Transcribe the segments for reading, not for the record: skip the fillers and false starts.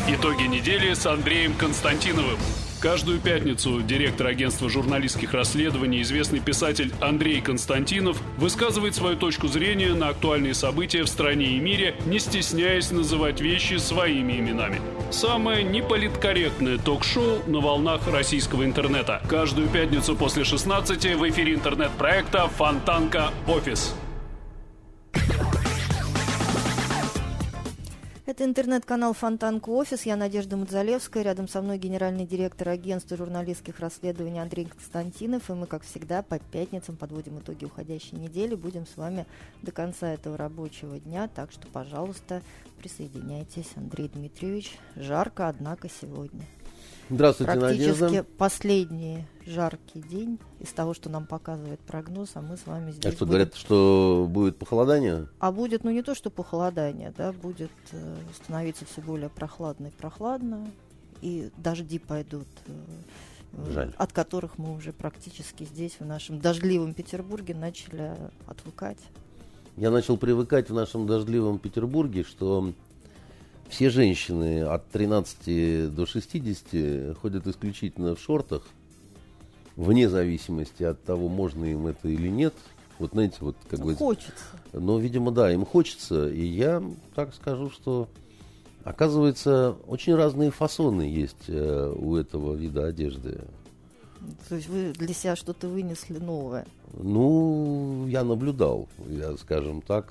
Итоги недели с Андреем Константиновым. Каждую пятницу директор агентства журналистских расследований, известный писатель Андрей Константинов, высказывает свою точку зрения на актуальные события в стране и мире, не стесняясь называть вещи своими именами. Самое неполиткорректное ток-шоу на волнах российского интернета. Каждую пятницу после 16 в эфире интернет-проекта «Фонтанка Офис». Это интернет-канал «Фонтанка Офис». Я Надежда Мудзалевская. Рядом со мной генеральный директор агентства журналистских расследований Андрей Константинов. И мы, как всегда, по пятницам подводим итоги уходящей недели. Будем с вами до конца этого рабочего дня. Так что, пожалуйста, присоединяйтесь. Андрей Дмитриевич. Жарко, однако, сегодня. Здравствуйте, практически Надежда. Последний жаркий день из того, что нам показывает прогноз, а мы с вами здесь. А что, говорят, что будет похолодание? А будет, ну не то, что похолодание, да, будет становиться все более прохладно и прохладно, и дожди пойдут, от которых мы уже практически здесь, в нашем дождливом Петербурге, начали отвыкать. Я начал привыкать в нашем дождливом Петербурге, что все женщины от 13 до 60 ходят исключительно в шортах, вне зависимости от того, можно им это или нет. Вот знаете, вот как бы... Хочется. Но, видимо, да, им хочется. И я так скажу, что, оказывается, очень разные фасоны есть у этого вида одежды. То есть вы для себя что-то вынесли новое? Ну, я наблюдал, скажем так.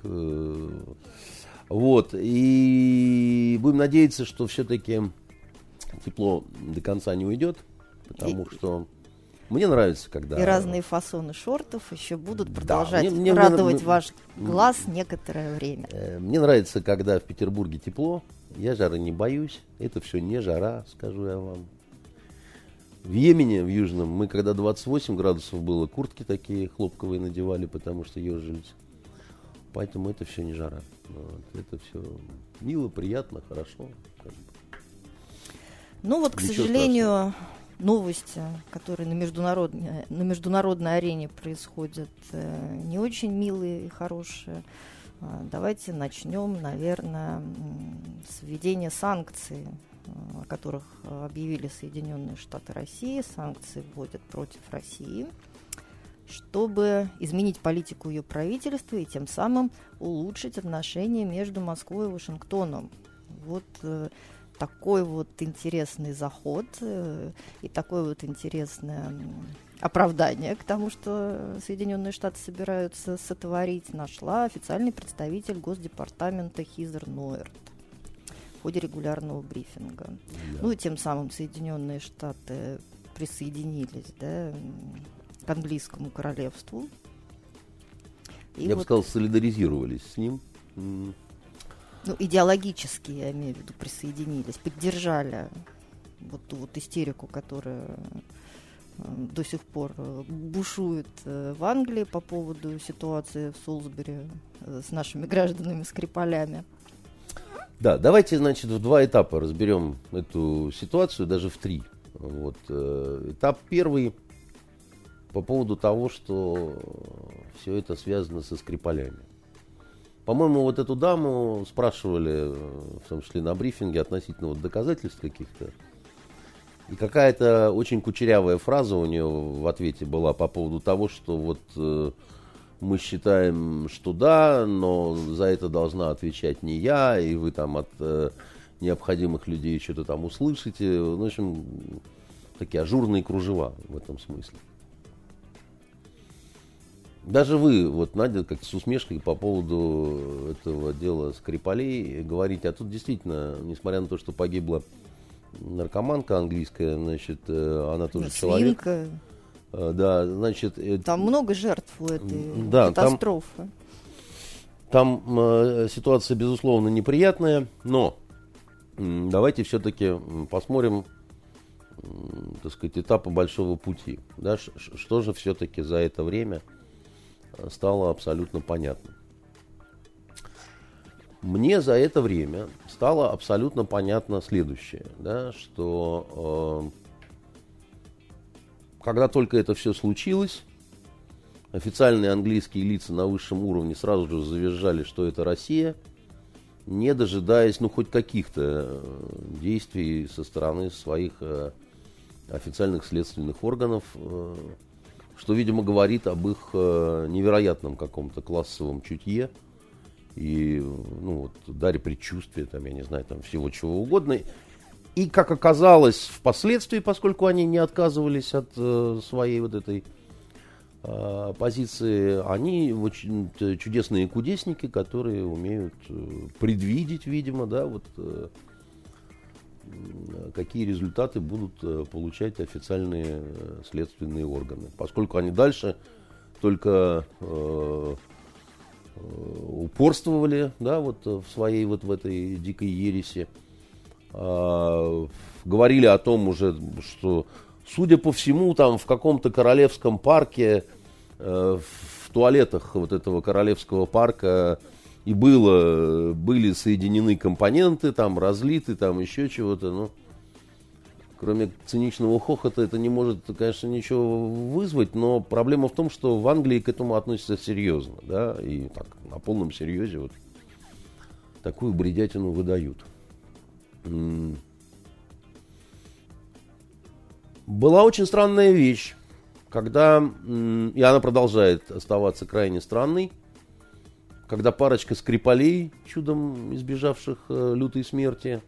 Вот, и будем надеяться, что все-таки тепло до конца не уйдет, потому что мне нравится, когда... И разные фасоны шортов еще будут продолжать радовать ваш глаз некоторое время. Мне нравится, когда в Петербурге тепло, я жары не боюсь, это все не жара, скажу я вам. В Йемене, в Южном, мы когда 28 градусов было, куртки такие хлопковые надевали, потому что ежились. Поэтому это все не жара. Вот, это все мило, приятно, хорошо. Ну вот, к сожалению, новости, которые на международной арене происходят, не очень милые и хорошие. Давайте начнем, наверное, с введения санкций, о которых объявили Соединенные Штаты России. Санкции вводят против России, чтобы изменить политику ее правительства и тем самым улучшить отношения между Москвой и Вашингтоном. Вот такой вот интересный заход и такое вот интересное оправдание к тому, что Соединенные Штаты собираются сотворить, нашла официальный представитель Госдепартамента Хизер Нойерт в ходе регулярного брифинга. Да. Ну и тем самым Соединенные Штаты присоединились, да, к английскому королевству. И я бы сказал, солидаризировались с ним. Ну, идеологически, я имею в виду, присоединились, поддержали вот ту вот истерику, которая до сих пор бушует в Англии по поводу ситуации в Солсбери с нашими гражданами-скрипалями. Да, давайте, значит, в два этапа разберем эту ситуацию, даже в три. Вот. Этап первый по поводу того, что все это связано со Скрипалями. По-моему, вот эту даму спрашивали, в том числе на брифинге, относительно вот доказательств каких-то. И какая-то очень кучерявая фраза у нее в ответе была по поводу того, что вот мы считаем, что да, но за это должна отвечать не я, и вы там от необходимых людей что-то там услышите. В общем, такие ажурные кружева в этом смысле. Даже вы, вот, Надя, как с усмешкой по поводу этого дела Скрипалей говорите, а тут действительно, несмотря на то, что погибла наркоманка английская, значит, она тоже человек. Свинка. Да, значит... Там много жертв у этой катастрофы. Там ситуация, безусловно, неприятная, но давайте все-таки посмотрим, так сказать, этапы большого пути. Да, что же все-таки за это время стало абсолютно понятно. Мне за это время стало абсолютно понятно следующее, да, что когда только это все случилось, официальные английские лица на высшем уровне сразу же завизжали, что это Россия, не дожидаясь, ну, хоть каких-то действий со стороны своих официальных следственных органов, что, видимо, говорит об их невероятном каком-то классовом чутье и, ну, вот, даре предчувствия, там, я не знаю, там, всего чего угодно. И, как оказалось, впоследствии, поскольку они не отказывались от своей вот этой позиции, они очень чудесные кудесники, которые умеют предвидеть, видимо, да, вот какие результаты будут получать официальные следственные органы. Поскольку они дальше только упорствовали, да, вот в своей вот в этой дикой ереси, говорили о том уже, что, судя по всему, там в каком-то королевском парке, в туалетах вот этого королевского парка и были соединены компоненты, там разлиты, там еще чего-то. Ну, кроме циничного хохота это не может, конечно, ничего вызвать, но проблема в том, что в Англии к этому относятся серьезно, да, и так на полном серьезе вот такую бредятину выдают. Была очень странная вещь, когда, и она продолжает оставаться крайне странной, когда парочка Скрипалей, чудом избежавших лютой смерти,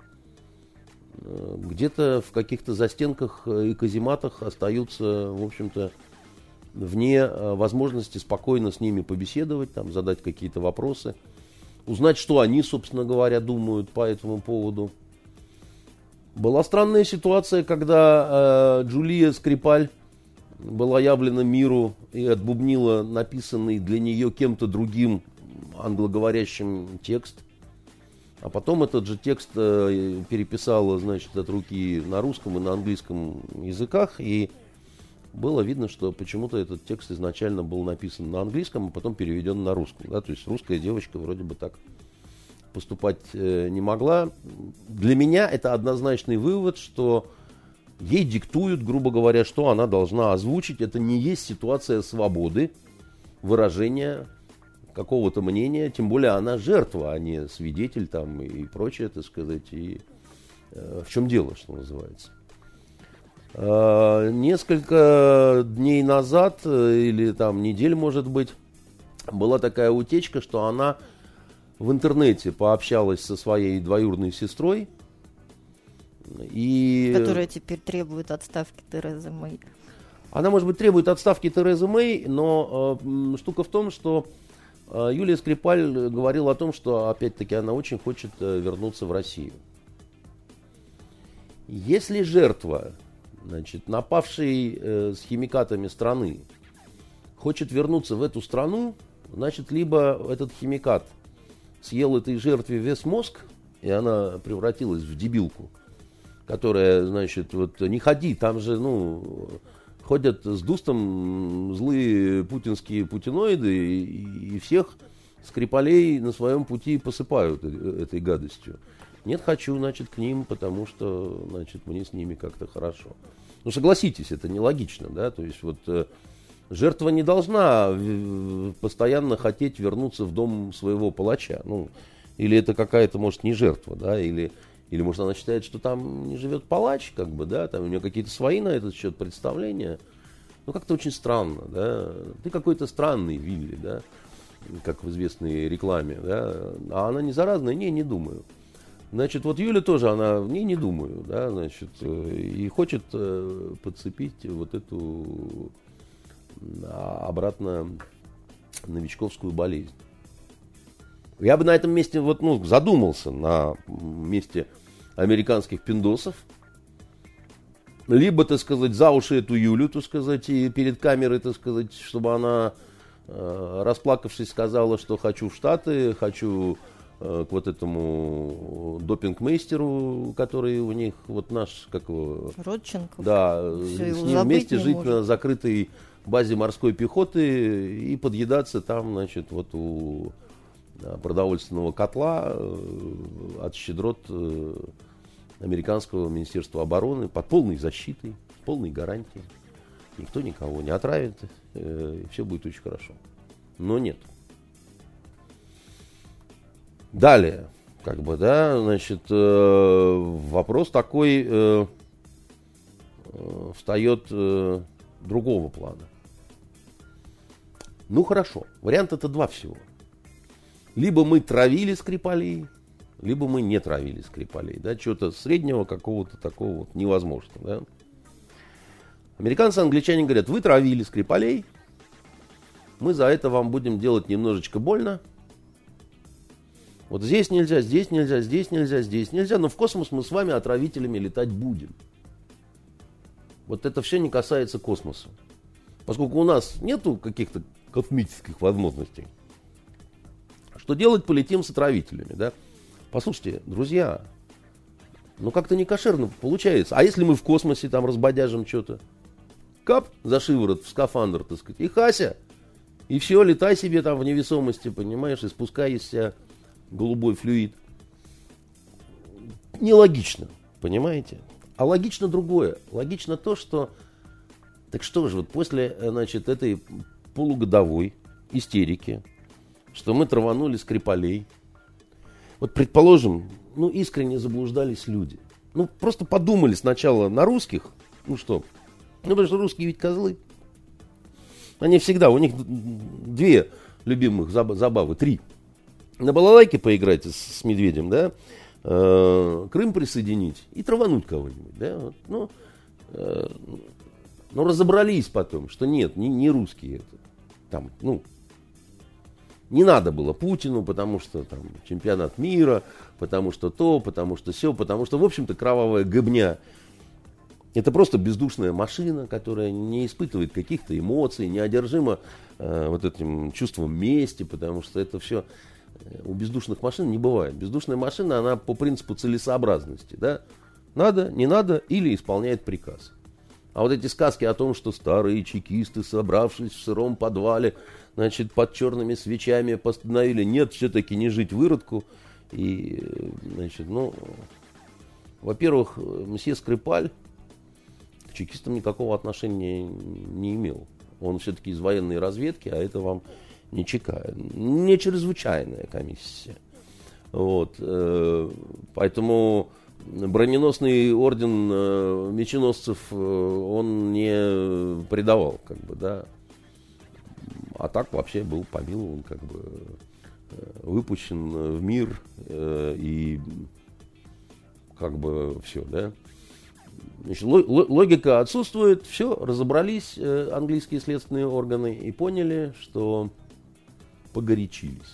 где-то в каких-то застенках и казематах остаются, в общем-то, вне возможности спокойно с ними побеседовать, там, задать какие-то вопросы, узнать, что они, собственно говоря, думают по этому поводу. Была странная ситуация, когда Джулия Скрипаль была явлена миру и отбубнила написанный для нее кем-то другим англоговорящим текст. А потом этот же текст переписала, значит, от руки на русском и на английском языках. И было видно, что почему-то этот текст изначально был написан на английском, а потом переведен на русском. Да? То есть русская девочка вроде бы так поступать не могла. Для меня это однозначный вывод, что ей диктуют, грубо говоря, что она должна озвучить. Это не есть ситуация свободы выражения какого-то мнения, тем более она жертва, а не свидетель там и прочее, так сказать. И в чем дело, что называется. Несколько дней назад, или там недель, может быть, была такая утечка, что она в интернете пообщалась со своей двоюродной сестрой. Которая теперь требует отставки Терезы Мэй. Она, может быть, требует отставки Терезы Мэй, но штука в том, что Юлия Скрипаль говорила о том, что, опять-таки, она очень хочет вернуться в Россию. Если жертва, значит, напавшей с химикатами страны, хочет вернуться в эту страну, значит, либо этот химикат съел этой жертве весь мозг, и она превратилась в дебилку, которая, значит, вот не ходи, там же, ну, ходят с дустом злые путинские путиноиды и всех Скрипалей на своем пути посыпают этой гадостью. Нет, хочу, значит, к ним, потому что, значит, мне с ними как-то хорошо. Ну, согласитесь, это нелогично, да, то есть вот жертва не должна постоянно хотеть вернуться в дом своего палача, ну, или это какая-то, может, не жертва, да, или может она считает, что там не живет палач, как бы, да, там у нее какие-то свои на этот счет представления. Ну, как-то очень странно, да. Ты какой-то странный, Вилли, да, как в известной рекламе, да. А она не заразная? Не думаю. Значит, вот Юля тоже, она, не думаю, да, значит, и хочет подцепить вот эту обратно новичковскую болезнь. Я бы на этом месте вот, ну, задумался, на месте американских пиндосов. Либо, так сказать, за уши эту Юлю, так сказать, и перед камерой, так сказать, чтобы она, расплакавшись, сказала, что хочу в Штаты, хочу к вот этому допингмейстеру, который у них, вот наш, как его... Родченков. Да, с ним вместе жить может. На закрытой базе морской пехоты и подъедаться там, значит, вот у продовольственного котла от щедрот американского Министерства обороны под полной защитой, с полной гарантией. Никто никого не отравит, и все будет очень хорошо. Но нет. Далее. как бы, да, значит, вопрос такой встает другого плана. Ну, хорошо, вариант это два всего. Либо мы травили Скрипалей, либо мы не травили Скрипалей, да, чего-то среднего какого-то такого вот невозможно, да. Американцы и англичане говорят: вы травили Скрипалей, мы за это вам будем делать немножечко больно. Вот здесь нельзя, здесь нельзя, здесь нельзя, здесь нельзя, но в космос мы с вами отравителями летать будем. Вот это все не касается космоса. Поскольку у нас нету каких-то космических возможностей, что делать? Полетим с отравителями, да? Послушайте, друзья, ну как-то не кошерно получается. А если мы в космосе там разбодяжим что-то? Кап за шиворот в скафандр, так сказать, и хася. И все, летай себе там в невесомости, понимаешь, и спускай из себя голубой флюид. Нелогично, понимаете? А логично другое. Логично то, что... Так что же, вот после, значит, этой полугодовой истерики, что мы траванули Скрипалей, вот предположим, ну искренне заблуждались люди. Ну просто подумали сначала на русских, ну что, ну потому что русские ведь козлы. Они всегда, у них две любимых забавы, три. На балалайке поиграть с медведем, да, Крым присоединить и травануть кого-нибудь, да, вот, ну, но разобрались потом, что нет, не русские это, там, ну, не надо было Путину, потому что там чемпионат мира, потому что то, потому что сё, потому что, в общем-то, кровавая гыбня. Это просто бездушная машина, которая не испытывает каких-то эмоций, неодержима вот этим чувством мести, потому что это все у бездушных машин не бывает. Бездушная машина, она по принципу целесообразности, да? Надо, не надо, или исполняет приказ. А вот эти сказки о том, что старые чекисты, собравшись в сыром подвале, значит, под черными свечами постановили, нет, все-таки не жить выродку. И, значит, ну, во-первых, мсье Скрипаль к чекистам никакого отношения не имел. Он все-таки из военной разведки, а это вам не ЧК, не чрезвычайная комиссия. Вот, поэтому броненосный орден меченосцев он не предавал, как бы, да. А так вообще был помилован, как бы выпущен в мир и как бы все, да. Значит, логика отсутствует, все, разобрались английские следственные органы и поняли, что погорячились.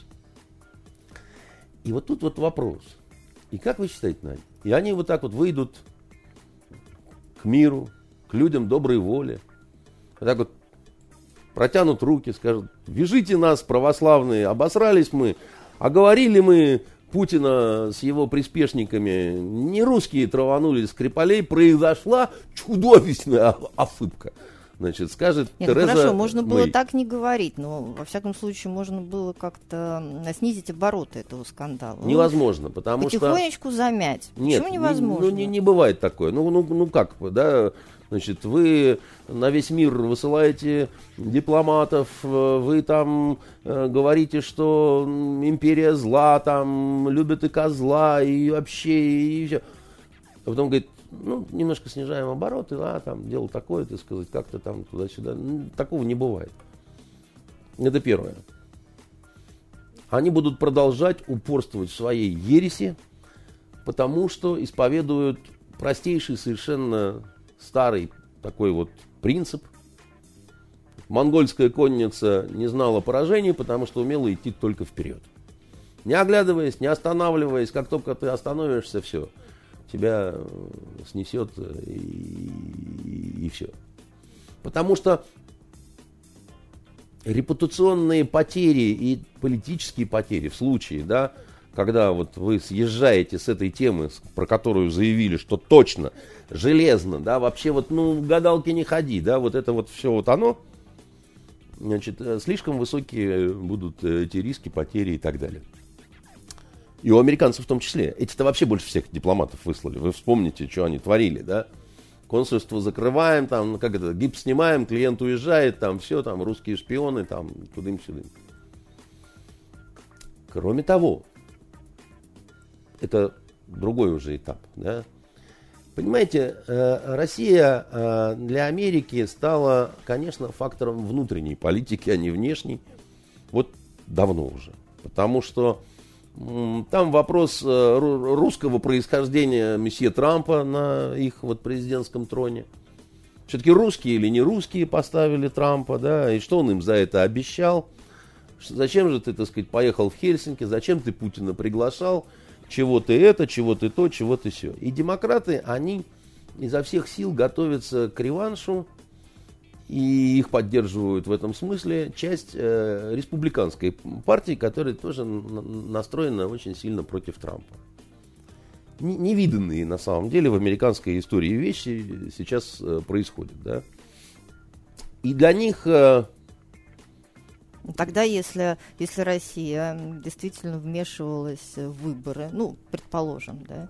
И вот тут вот вопрос. И как вы считаете, Надя? И они вот так вот выйдут к миру, к людям доброй воли, вот так вот протянут руки, скажут: вяжите нас, православные, обосрались мы, а говорили мы Путина с его приспешниками, не русские траванули Скрипалей, произошла чудовищная ошибка. Значит, скажет Нет, Тереза хорошо, можно было Мэй. так не говорить, но во всяком случае можно было как-то снизить обороты этого скандала. Невозможно, потому что... Потихонечку замять. Нет, Почему невозможно? Не бывает такое. Ну как, да, значит, вы на весь мир высылаете дипломатов, вы там говорите, что империя зла, там любят и козла, и вообще, и все. А потом говорит: ну, немножко снижаем обороты, там дело такое, так сказать, как-то там туда-сюда. Ну, такого не бывает. Это первое. Они будут продолжать упорствовать в своей ереси, потому что исповедуют простейший, совершенно старый такой вот принцип. Монгольская конница не знала поражений, потому что умела идти только вперед. Не оглядываясь, не останавливаясь, как только ты остановишься, все, тебя снесет и все. Потому что репутационные потери и политические потери в случае, да, когда вот вы съезжаете с этой темы, про которую заявили, что точно, железно, да, вообще вот, ну, в гадалки не ходи, да, вот это вот все вот оно, значит, слишком высокие будут эти риски, потери и так далее. И у американцев в том числе. Эти-то вообще больше всех дипломатов выслали. Вы вспомните, что они творили, да? Консульство закрываем, там, как это, гипс снимаем, клиент уезжает, там, все, там, русские шпионы, там, тудым-сюдым. Кроме того, это другой уже этап. Да? Понимаете, Россия для Америки стала, конечно, фактором внутренней политики, а не внешней. Вот давно уже. Потому что там вопрос русского происхождения месье Трампа на их вот президентском троне. Все-таки русские или не русские поставили Трампа, да, и что он им за это обещал? Зачем же ты, так сказать, поехал в Хельсинки, зачем ты Путина приглашал? Чего ты это, чего ты то, чего ты сё. И демократы, они изо всех сил готовятся к реваншу, и их поддерживают в этом смысле часть республиканской партии, которая тоже настроена очень сильно против Трампа. Невиданные на самом деле в американской истории вещи сейчас происходят. Да? И для них... Тогда, если Россия действительно вмешивалась в выборы, ну, предположим, да,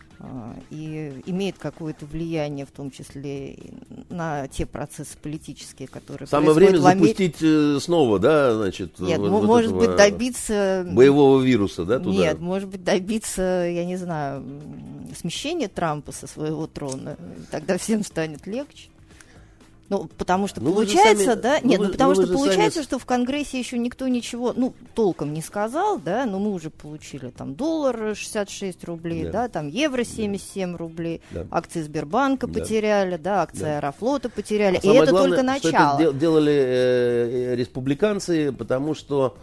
и имеет какое-то влияние, в том числе и на те процессы политические, которые самое время запустить снова, да, значит, нет, может быть, добиться боевого вируса, да, туда? Нет, может быть, добиться, я не знаю, смещения Трампа со своего трона, тогда всем станет легче. Ну, потому что получается, сами, да, нет, потому что получается, что в Конгрессе еще никто ничего, ну, толком не сказал, да, но мы уже получили там доллар 66 рублей, да, там евро 77 рублей, акции Сбербанка потеряли, да, акции Аэрофлота потеряли, и это главное, только начало. Что это делали республиканцы, потому что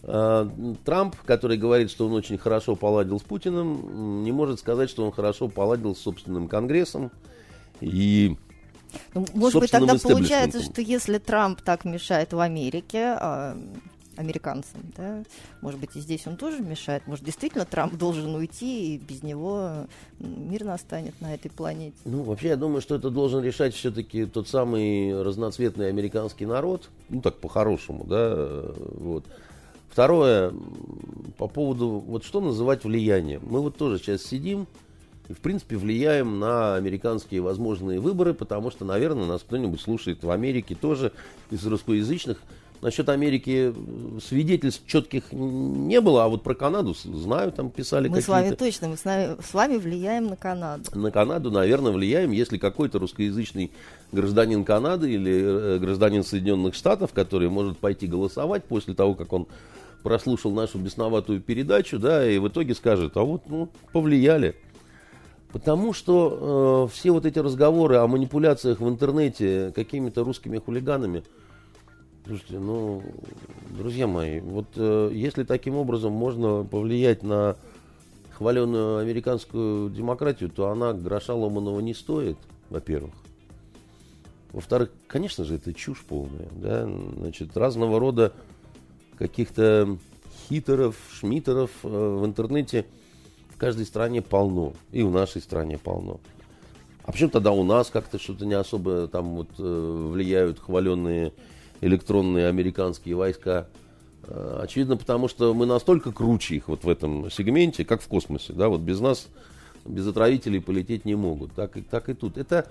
Трамп, который говорит, что он очень хорошо поладил с Путиным, не может сказать, что он хорошо поладил с собственным Конгрессом и... Ну, может быть, тогда получается, что если Трамп так мешает в Америке, американцам, да, может быть, и здесь он тоже мешает, может, действительно Трамп должен уйти, и без него мир настанет на этой планете. Ну, вообще, я думаю, что это должен решать все-таки тот самый разноцветный американский народ, ну, так по-хорошему, да, вот. Второе, по поводу, вот что называть влиянием. Мы вот тоже сейчас сидим, и, в принципе, влияем на американские возможные выборы, потому что, наверное, нас кто-нибудь слушает в Америке тоже из русскоязычных. Насчет Америки свидетельств четких не было, а вот про Канаду знаю, там писали мы какие-то. Мы с вами точно, мы с вами влияем на Канаду. На Канаду, наверное, влияем, если какой-то русскоязычный гражданин Канады или гражданин Соединенных Штатов, который может пойти голосовать после того, как он прослушал нашу бесноватую передачу, да, и в итоге скажет, а вот, ну, повлияли. Потому что все вот эти разговоры о манипуляциях в интернете какими-то русскими хулиганами, слушайте, ну, друзья мои, вот если таким образом можно повлиять на хваленую американскую демократию, то она гроша ломаного не стоит, во-первых. Во-вторых, конечно же, это чушь полная, да, значит, разного рода каких-то хитеров, шмитеров в интернете в каждой стране полно. И в нашей стране полно. А почему тогда у нас как-то что-то не особо там вот влияют хваленные электронные американские войска? Очевидно, потому что мы настолько круче их вот в этом сегменте, как в космосе. Да? Вот без нас, без отравителей полететь не могут. Так и тут. Это,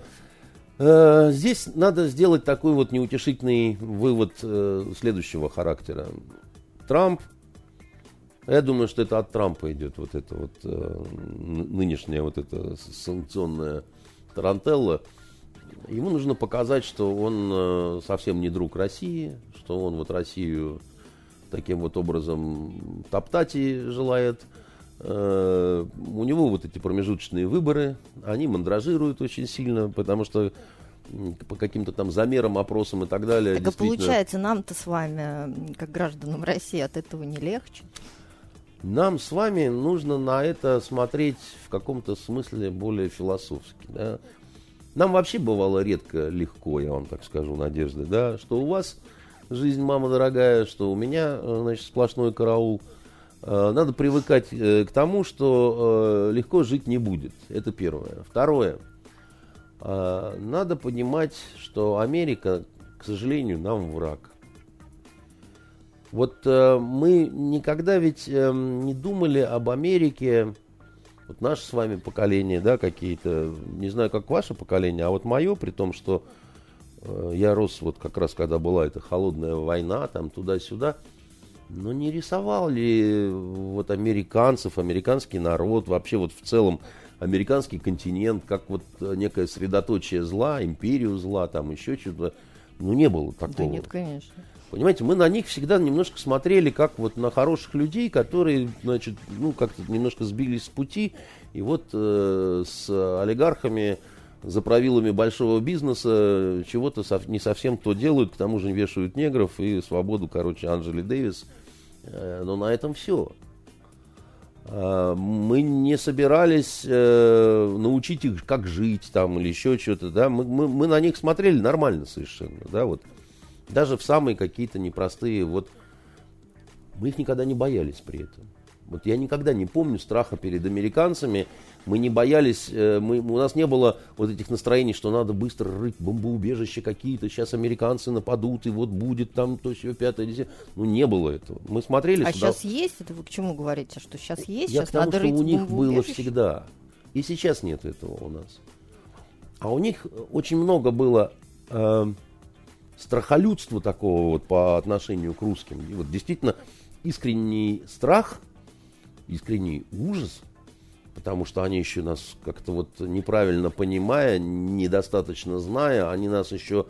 здесь надо сделать такой вот неутешительный вывод следующего характера. Трамп, я думаю, что это от Трампа идет вот это вот нынешняя вот эта санкционная тарантелла. Ему нужно показать, что он совсем не друг России, что он вот Россию таким вот образом топтать и желает. У него вот эти промежуточные выборы, они мандражируют очень сильно, потому что по каким-то там замерам, опросам и так далее. Так действительно... получается, нам-то с вами, как гражданам России, от этого не легче? Нам с вами нужно на это смотреть в каком-то смысле более философски. Да? Нам вообще бывало редко легко, я вам так скажу, Надежда, да? Что у вас жизнь, мама дорогая, что у меня, значит, сплошной караул. Надо привыкать к тому, что легко жить не будет. Это первое. Второе. Надо понимать, что Америка, к сожалению, нам враг. Вот мы никогда ведь не думали об Америке, вот наше с вами поколение, да, какие-то, не знаю, как ваше поколение, а вот мое, при том, что я рос вот как раз, когда была эта холодная война, там туда-сюда, Но не рисовал ли вот американцев, американский народ, вообще вот в целом американский континент, как вот некое средоточие зла, империю зла, там еще что-то? Ну, не было такого. Да нет, конечно. Понимаете, мы на них всегда немножко смотрели, как вот на хороших людей, которые, значит, ну, как-то немножко сбились с пути, и вот с олигархами, за правилами большого бизнеса чего-то не совсем то делают, к тому же вешают негров и свободу, короче, Анджели Дэвис. Но на этом все. Мы не собирались научить их, как жить там или еще что-то, да, мы на них смотрели нормально совершенно, да, вот. Даже в самые какие-то непростые, вот, мы их никогда не боялись при этом. Вот я никогда не помню страха перед американцами, мы не боялись, у нас не было вот этих настроений, что надо быстро рыть бомбоубежища какие-то, сейчас американцы нападут, и вот будет там то, сё, пятое, десятое. Ну, не было этого. Мы смотрели А сюда. сейчас есть? Это вы к чему говорите? Что сейчас есть? Я Сейчас к тому, надо что рыть у них было бомбоубежище? всегда. И сейчас нет этого у нас. А у них очень много было страхолюдства такого вот по отношению к русским. И вот действительно искренний страх, искренний ужас, потому что они еще нас как-то вот неправильно понимая, недостаточно зная, они нас еще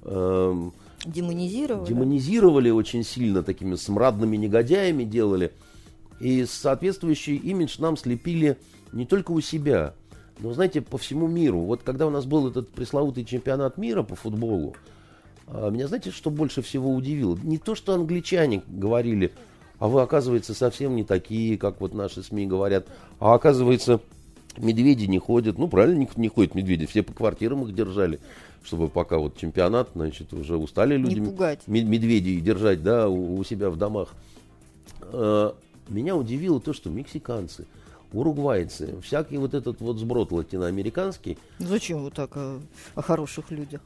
демонизировали очень сильно, такими смрадными негодяями делали. И соответствующий имидж нам слепили не только у себя, но, знаете, по всему миру. Вот когда у нас был этот пресловутый чемпионат мира по футболу, меня, знаете, что больше всего удивило? Не то, что англичане говорили, а вы, оказывается, совсем не такие, как вот наши СМИ говорят, а оказывается, медведи не ходят. Ну, правильно, не ходят медведи, все по квартирам их держали, чтобы пока вот чемпионат, значит, уже устали люди медведей держать, да, у себя в домах. Меня удивило то, что мексиканцы, уругвайцы, всякий вот этот вот сброд латиноамериканский. Зачем вы так о хороших людях?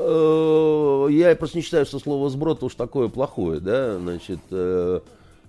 Я просто не считаю, что слово сброд уж такое плохое, да, значит, вы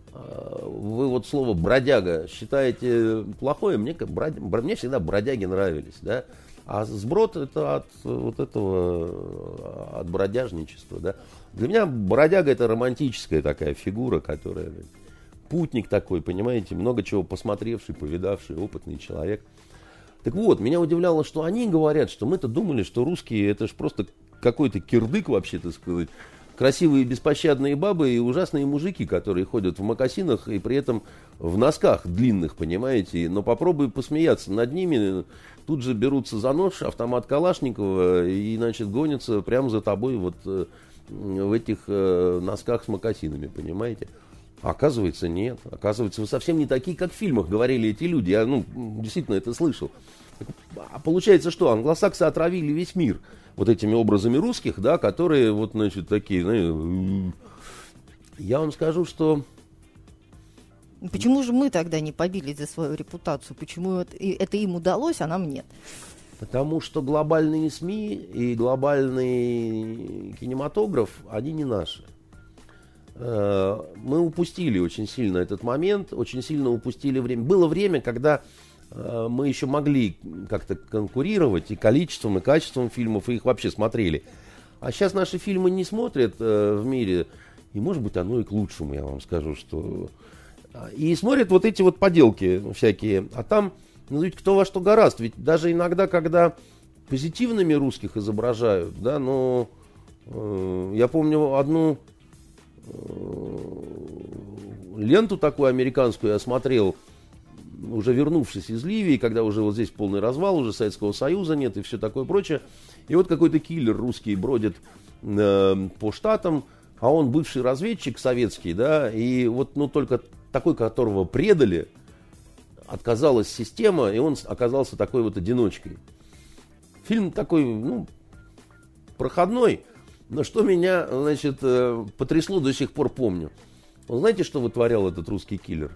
вот слово бродяга считаете плохое, мне всегда бродяги нравились, да, а сброд это от вот этого, от бродяжничества, да. Для меня бродяга это романтическая такая фигура, которая путник такой, понимаете, много чего посмотревший, повидавший, опытный человек. Так вот, меня удивляло, что они говорят, что мы-то думали, что русские это ж просто какой-то кирдык вообще, так сказать, красивые беспощадные бабы и ужасные мужики, которые ходят в мокасинах и при этом в носках длинных, понимаете, но попробуй посмеяться над ними, тут же берутся за нож, автомат Калашникова и, значит, гонятся прямо за тобой вот в этих носках с мокасинами, понимаете. А оказывается, нет. Оказывается, вы совсем не такие, как в фильмах говорили эти люди. Я, действительно это слышал. А получается, что англосаксы отравили весь мир вот этими образами русских, да, которые вот, значит, такие, знаете, я вам скажу, что... Почему же мы тогда не побились за свою репутацию? Почему это им удалось, а нам нет? Потому что глобальные СМИ и глобальный кинематограф, они не наши. Мы упустили очень сильно этот момент, очень сильно упустили время. Было время, когда мы еще могли как-то конкурировать и количеством, и качеством фильмов, и их вообще смотрели. А сейчас наши фильмы не смотрят в мире, и может быть оно и к лучшему, я вам скажу, что... И смотрят вот эти вот поделки всякие, а там, ведь кто во что горазд, ведь даже иногда, когда позитивными русских изображают, да, но я помню одну ленту такую американскую я смотрел, уже вернувшись из Ливии, когда уже вот здесь полный развал, уже Советского Союза нет и все такое прочее. И вот какой-то киллер русский бродит по штатам, а он бывший разведчик советский, да, и вот, только такой, которого предали, отказалась система, и он оказался такой вот одиночкой. Фильм такой, проходной, но что меня, значит, потрясло, до сих пор помню. Он, знаете, что вытворял этот русский киллер?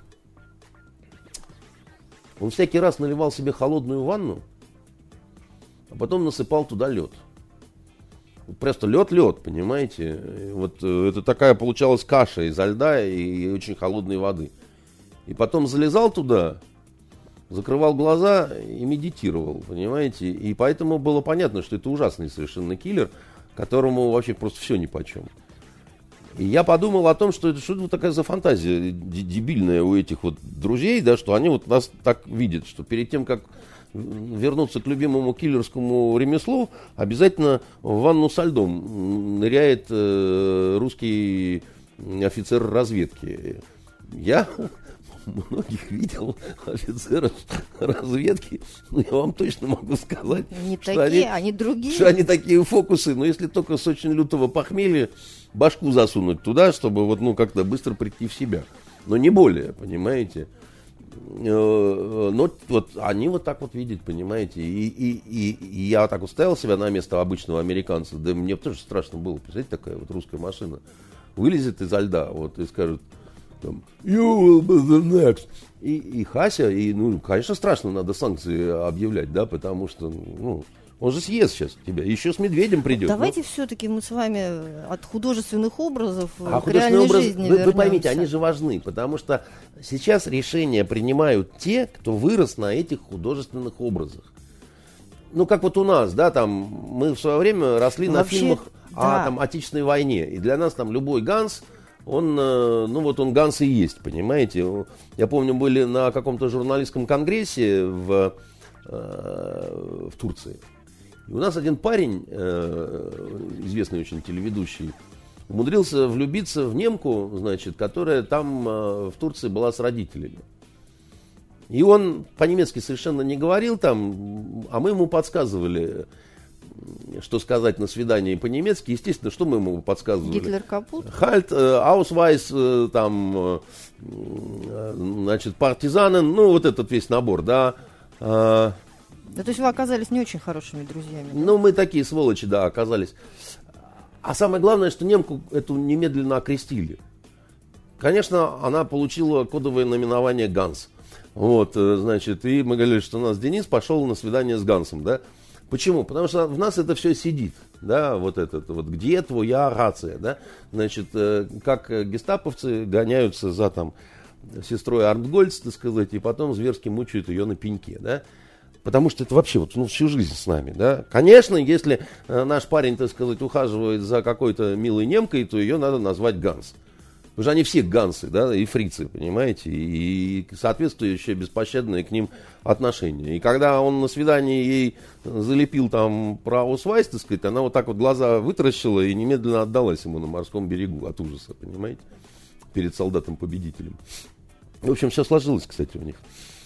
Он всякий раз наливал себе холодную ванну, а потом насыпал туда лед. Просто лед, понимаете? Вот это такая получалась каша изо льда и очень холодной воды. И потом залезал туда, закрывал глаза и медитировал, понимаете? И поэтому было понятно, что это ужасный совершенно киллер, которому вообще просто все нипочем. И я подумал о том, что это что-то такая за фантазия дебильная у этих вот друзей, да, что они вот нас так видят, что перед тем, как вернуться к любимому киллерскому ремеслу, обязательно в ванну со льдом ныряет русский офицер разведки. Я многих видел офицеров разведки, но я вам точно могу сказать, Не что такие, они другие. что они такие фокусы, но если только с очень лютого похмелья башку засунуть туда, чтобы вот, ну, как-то быстро прийти в себя. Но не более, понимаете. Но вот они вот так вот видят, понимаете. И я так вот ставил себя на место обычного американца. Да мне тоже страшно было. Представляете, такая вот русская машина вылезет изо льда, вот, и скажет там, you will be the next. И Хася, и, ну, конечно, страшно, надо санкции объявлять, да, потому что, ну, он же съест сейчас тебя, еще с медведем придет. Давайте все-таки мы с вами от художественных образов к художественные реальной образы, жизни вы вернемся. поймите, они же важны, потому что сейчас решения принимают те, кто вырос на этих художественных образах. Ну, как вот у нас, да, там, мы в свое время росли на Вообще, фильмах да. о там, Отечественной войне, и для нас там любой Ганс, он, ну вот он Ганс и есть, понимаете. Я помню, были на каком-то журналистском конгрессе в Турции. И у нас один парень, известный очень телеведущий, умудрился влюбиться в немку, значит, которая там в Турции была с родителями. И он по-немецки совершенно не говорил там, а мы ему подсказывали, что сказать на свидании по-немецки. Естественно, что мы ему подсказывали? Гитлер капут. Хальт, Аусвайс, там, значит, партизанен, ну, вот этот весь набор, да. Да, то есть вы оказались не очень хорошими друзьями. Да? Ну, мы такие сволочи, да, оказались. А самое главное, что немку эту немедленно окрестили. Конечно, она получила кодовое наименование Ганс. Вот, значит, и мы говорили, что у нас Денис пошел на свидание с Гансом, да. Почему? Потому что в нас это все сидит, да, вот этот вот, где твоя рация, да. Значит, как гестаповцы гоняются за там сестрой Арнтгольц, так сказать, и потом зверски мучают ее на пеньке, да. Потому что это вообще вот, ну, всю жизнь с нами, да. Конечно, если наш парень, так сказать, ухаживает за какой-то милой немкой, то ее надо назвать Ганс. Потому что они все гансы, да, и фрицы, понимаете, и соответствующее беспощадное к ним отношение. И когда он на свидании ей залепил там про Аусвайс, так сказать, она вот так вот глаза вытаращила и немедленно отдалась ему на морском берегу от ужаса, понимаете, перед солдатом-победителем. В общем, все сложилось, кстати, у них.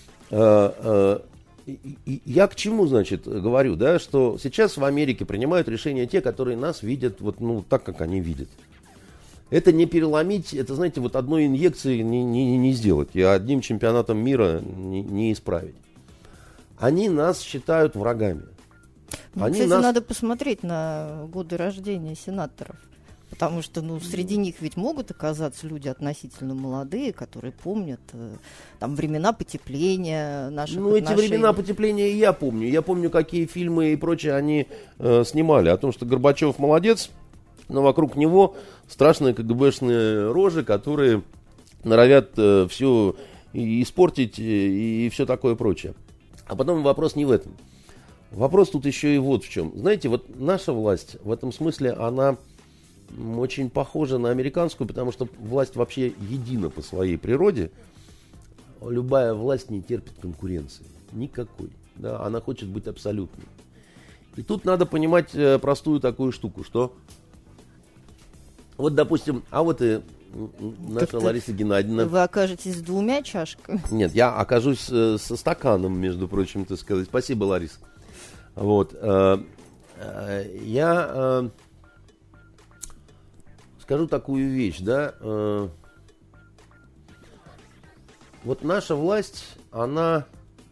Я к чему, значит, говорю, да, что сейчас в Америке принимают решения те, которые нас видят вот, ну, так, как они видят. Это не переломить, это, знаете, вот одной инъекции не сделать, и одним чемпионатом мира не исправить. Они нас считают врагами. Ну, кстати, надо посмотреть на годы рождения сенаторов. Потому что, ну, среди них ведь могут оказаться люди относительно молодые, которые помнят там времена потепления наших отношений. Эти времена потепления и я помню. Я помню, какие фильмы и прочее они снимали. О том, что Горбачев молодец, но вокруг него страшные КГБшные рожи, которые норовят все испортить и все такое прочее. А потом вопрос не в этом. Вопрос тут еще и вот в чем. Знаете, вот наша власть в этом смысле, она очень похожа на американскую, потому что власть вообще едина по своей природе. Любая власть не терпит конкуренции. Никакой. Да, она хочет быть абсолютной. И тут надо понимать простую такую штуку, что вот, допустим, а вот и наша Лариса Геннадьевна. Вы окажетесь с 2 чашками. Нет, я окажусь со стаканом, между прочим, так сказать. Спасибо, Лариса. Вот. Я скажу такую вещь, да. Вот наша власть, она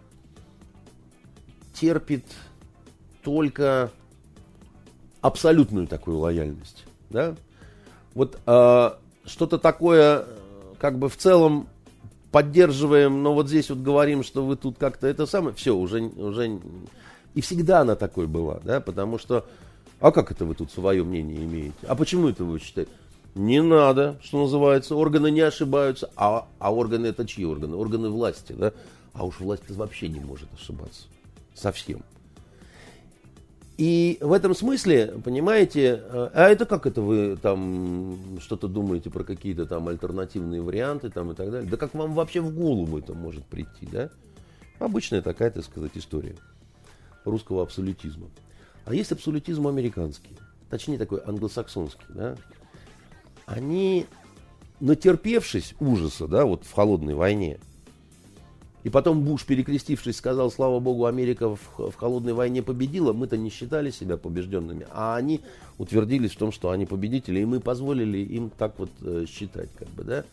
терпит только абсолютную такую лояльность, да. Вот что-то такое, как бы в целом поддерживаем, но вот здесь вот говорим, что вы тут как-то это самое, все, уже и всегда она такой была, да, потому что, а как это вы тут свое мнение имеете? А почему это вы считаете? Не надо, что называется, органы не ошибаются, а органы это чьи органы? Органы власти, да, а уж власть вообще не может ошибаться, совсем. И в этом смысле, понимаете, а это как это вы там что-то думаете про какие-то там альтернативные варианты там и так далее? Да как вам вообще в голову это может прийти, да? Обычная такая, так сказать, история русского абсолютизма. А есть абсолютизм американский, точнее такой англосаксонский, да? Они, натерпевшись ужаса, да, вот в холодной войне, и потом Буш, перекрестившись, сказал: слава богу, Америка в холодной войне победила. Мы-то не считали себя побежденными, а они утвердились в том, что они победители, и мы позволили им так вот считать, как бы, да.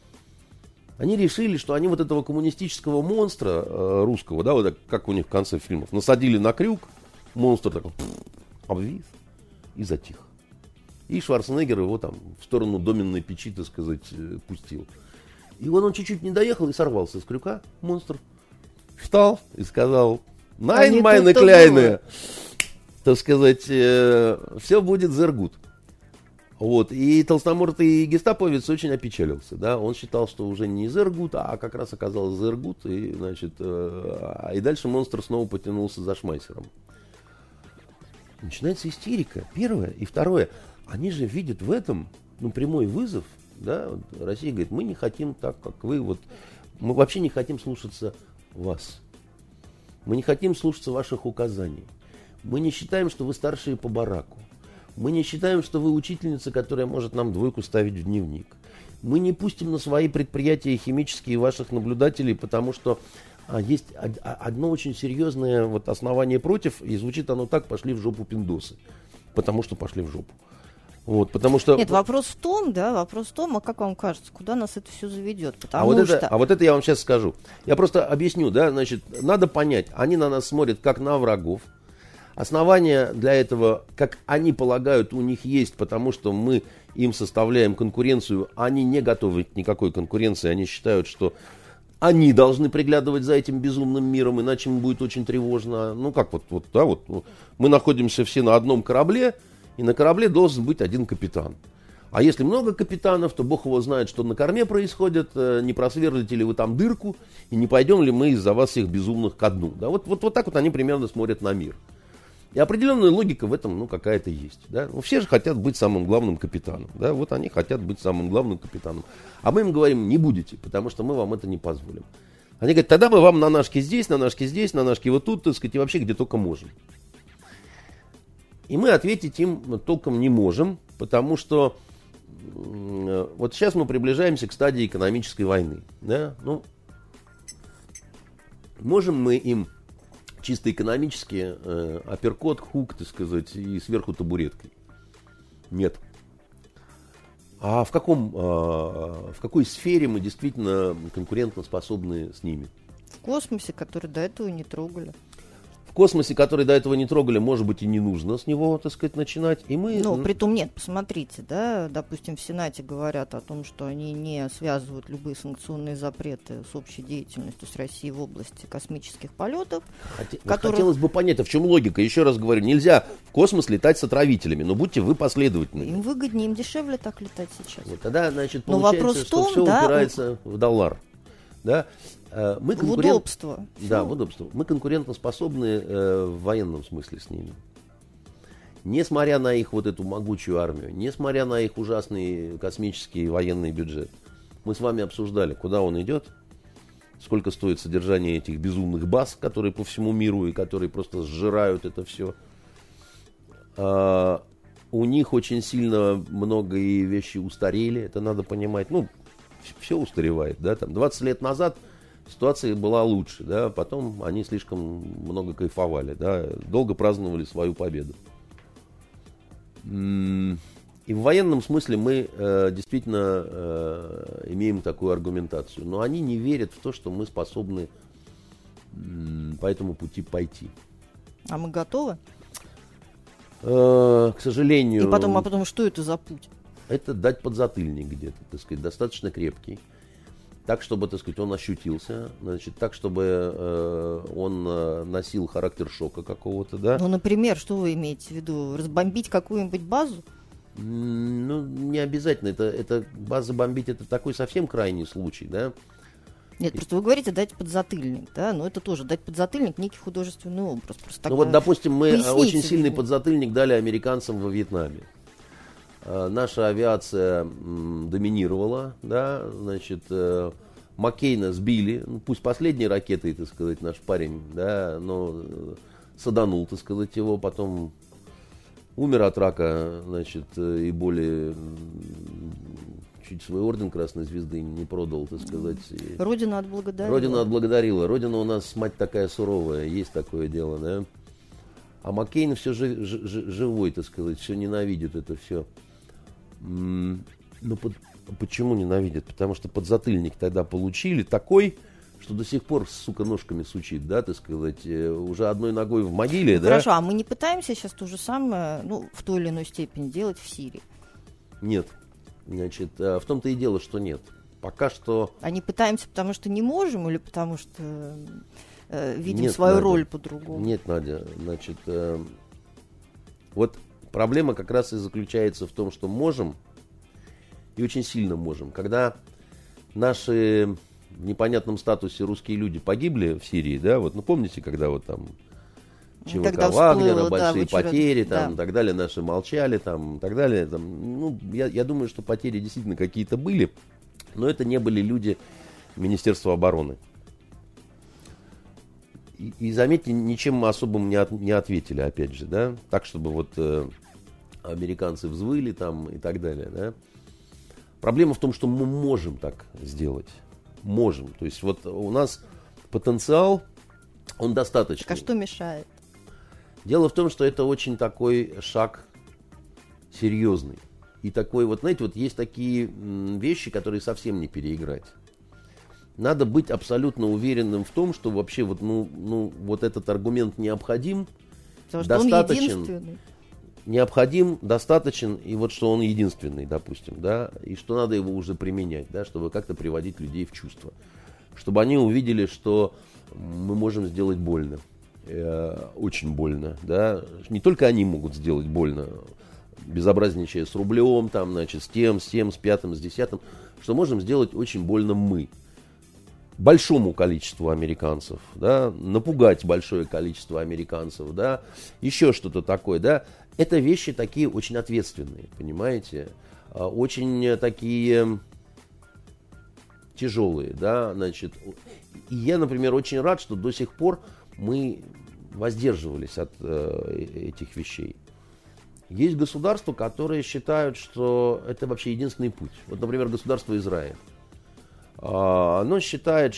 Они решили, что они вот этого коммунистического монстра русского, да, вот так, как у них в конце фильмов, насадили на крюк, монстр такой обвис и затих. И Шварценеггер его там в сторону доменной печи, так сказать, пустил. И он чуть-чуть не доехал и сорвался с крюка, монстр. Встал и сказал: «Найн майне кляйне», так сказать, все будет зергут. Вот. И толстомордый гестаповец очень опечалился. Да? Он считал, что уже не зергут, а как раз оказалось зергут. И, значит, и дальше монстр снова потянулся за Шмайсером. Начинается истерика. Первое. И второе. Они же видят в этом прямой вызов. Да? Россия говорит: мы не хотим так, как вы. Вот. Мы вообще не хотим слушаться вас. Мы не хотим слушаться ваших указаний. Мы не считаем, что вы старшие по бараку. Мы не считаем, что вы учительница, которая может нам 2 ставить в дневник. Мы не пустим на свои предприятия химические ваших наблюдателей, потому что есть одно очень серьезное вот основание против, и звучит оно так: пошли в жопу пиндосы. Потому что пошли в жопу. Вот, потому что... Нет, вопрос в том, а как вам кажется, куда нас это все заведет? А вот это я вам сейчас скажу. Я просто объясню, да, значит, надо понять, они на нас смотрят как на врагов. Основания для этого, как они полагают, у них есть, потому что мы им составляем конкуренцию. Они не готовы к никакой конкуренции, они считают, что они должны приглядывать за этим безумным миром, иначе им будет очень тревожно. Ну, как мы находимся все на одном корабле, и на корабле должен быть один капитан. А если много капитанов, то бог его знает, что на корме происходит, не просверлите ли вы там дырку, и не пойдем ли мы из-за вас всех безумных ко дну. Да, вот так вот они примерно смотрят на мир. И определенная логика в этом, какая-то есть. Да? Все же хотят быть самым главным капитаном. Да? Вот они хотят быть самым главным капитаном. А мы им говорим: не будете, потому что мы вам это не позволим. Они говорят: тогда мы вам на ножке здесь, на ножке здесь, на ножке вот тут, так сказать, и вообще где только можем. И мы ответить им толком не можем, потому что вот сейчас мы приближаемся к стадии экономической войны. Да? Можем мы им чисто экономически апперкот, хук, так сказать, и сверху табуреткой? Нет. А в какой сфере мы действительно конкурентоспособны с ними? В космосе, который до этого не трогали. В космосе, который до этого не трогали, может быть, и не нужно с него, так сказать, начинать. И мы... притом нет, посмотрите, да, допустим, в Сенате говорят о том, что они не связывают любые санкционные запреты с общей деятельностью с Россией в области космических полетов. Хотелось бы понять, а в чем логика? Еще раз говорю, нельзя в космос летать с отравителями, но будьте вы последовательны. Им выгоднее, им дешевле так летать сейчас. Вот, тогда, значит, получается, что все упирается в доллар. Да? В удобство. Да, в удобство. Мы конкурентоспособны в военном смысле с ними. Несмотря на их вот эту могучую армию, несмотря на их ужасный космический военный бюджет. Мы с вами обсуждали, куда он идет, сколько стоит содержание этих безумных баз, которые по всему миру и которые просто сжирают это все. У них очень сильно многие вещи устарели, это надо понимать. Все устаревает, да, там 20 лет назад ситуация была лучше, да, потом они слишком много кайфовали, да, долго праздновали свою победу. И в военном смысле мы действительно имеем такую аргументацию, но они не верят в то, что мы способны по этому пути пойти. А мы готовы? К сожалению. И потом, что это за путь? Это дать подзатыльник где-то, так сказать, достаточно крепкий. Так, чтобы, так сказать, он ощутился, значит, так, чтобы он носил характер шока какого-то, да. Например, что вы имеете в виду? Разбомбить какую-нибудь базу? Не обязательно. Это база бомбить, это такой совсем крайний случай, да. Нет, просто вы говорите дать подзатыльник, да, но это тоже дать подзатыльник, некий художественный образ. Просто ну вот, допустим, мы очень поясните сильный мне. подзатыльник дали американцам во Вьетнаме. Наша авиация доминировала, да, значит, Маккейна сбили, ну, пусть последней ракетой, так сказать, наш парень, да, но саданул, так сказать, его, потом умер от рака, значит, и более чуть свой орден Красной Звезды не продал, так сказать. Родина отблагодарила. Родина отблагодарила. Родина у нас, мать такая суровая, есть такое дело, да. А Маккейн все живой, так сказать, все ненавидит это все. Ну, почему ненавидит? Потому что подзатыльник тогда получили такой, что до сих пор, сука, ножками сучит, да, так сказать, уже одной ногой в могиле, да? Хорошо, а мы не пытаемся сейчас то же самое, ну, в той или иной степени делать в Сирии? Нет. Значит, в том-то и дело, что нет. Пока что... А не пытаемся, потому что не можем, или потому что видим Нет, свою Надя. роль по-другому? Нет, Надя, значит, вот проблема как раз и заключается в том, что можем, и очень сильно можем. Когда наши в непонятном статусе русские люди погибли в Сирии, да, вот, ну помните, когда вот там ЧВК Когда Вагнера, всплыло, да, большие в очередь, потери, да. там, и так далее, наши молчали, там, и так далее. Там, ну, я думаю, что потери действительно какие-то были, но это не были люди Министерства обороны. И заметьте, ничем особым не ответили, опять же, да, так, чтобы вот американцы взвыли там и так далее, да. Проблема в том, что мы можем так сделать. Можем. То есть вот у нас потенциал, он достаточный. Так а что мешает? Дело в том, что это очень такой шаг серьезный. И такой вот, знаете, вот есть такие вещи, которые совсем не переиграть. Надо быть абсолютно уверенным в том, что вообще вот, вот этот аргумент необходим, Потому что он единственный. необходим, достаточен, и вот что он единственный, допустим, да, и что надо его уже применять, да, чтобы как-то приводить людей в чувство. Чтобы они увидели, что мы можем сделать больно. Очень больно, да. Не только они могут сделать больно, безобразничая с рублем, там, значит, с тем, с пятым, с десятым, что можем сделать очень больно мы. Большому количеству американцев, да, напугать большое количество американцев, да, еще что-то такое, да. Это вещи такие очень ответственные, понимаете, очень такие тяжелые, да, значит. И я, например, очень рад, что до сих пор мы воздерживались от этих вещей. Есть государства, которые считают, что это вообще единственный путь. Вот, например, государство Израиль. Оно считает,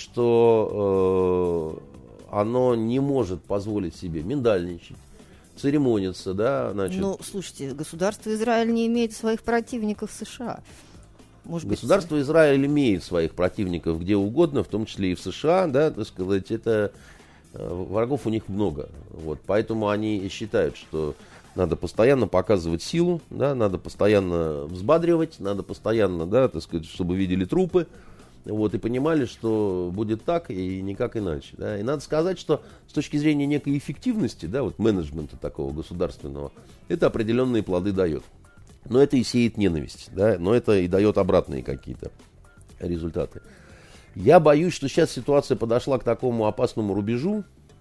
что оно не может позволить себе миндальничать, церемониться, да, значит. Ну, слушайте, государство Израиль не имеет своих противников в США. Может Государство Израиль имеет своих противников где угодно, в том числе и в США, да, так сказать, это врагов у них много. Вот, поэтому они считают, что надо постоянно показывать силу, да, надо постоянно взбадривать, надо постоянно, да, так сказать, чтобы видели трупы. Вот, и понимали, что будет так и никак иначе. Да. И надо сказать, что с точки зрения некой эффективности, да, вот менеджмента такого государственного, это определенные плоды дает. Но это и сеет ненависть, да, но это и дает обратные какие-то результаты. Я боюсь, что сейчас ситуация подошла к такому опасному рубежу,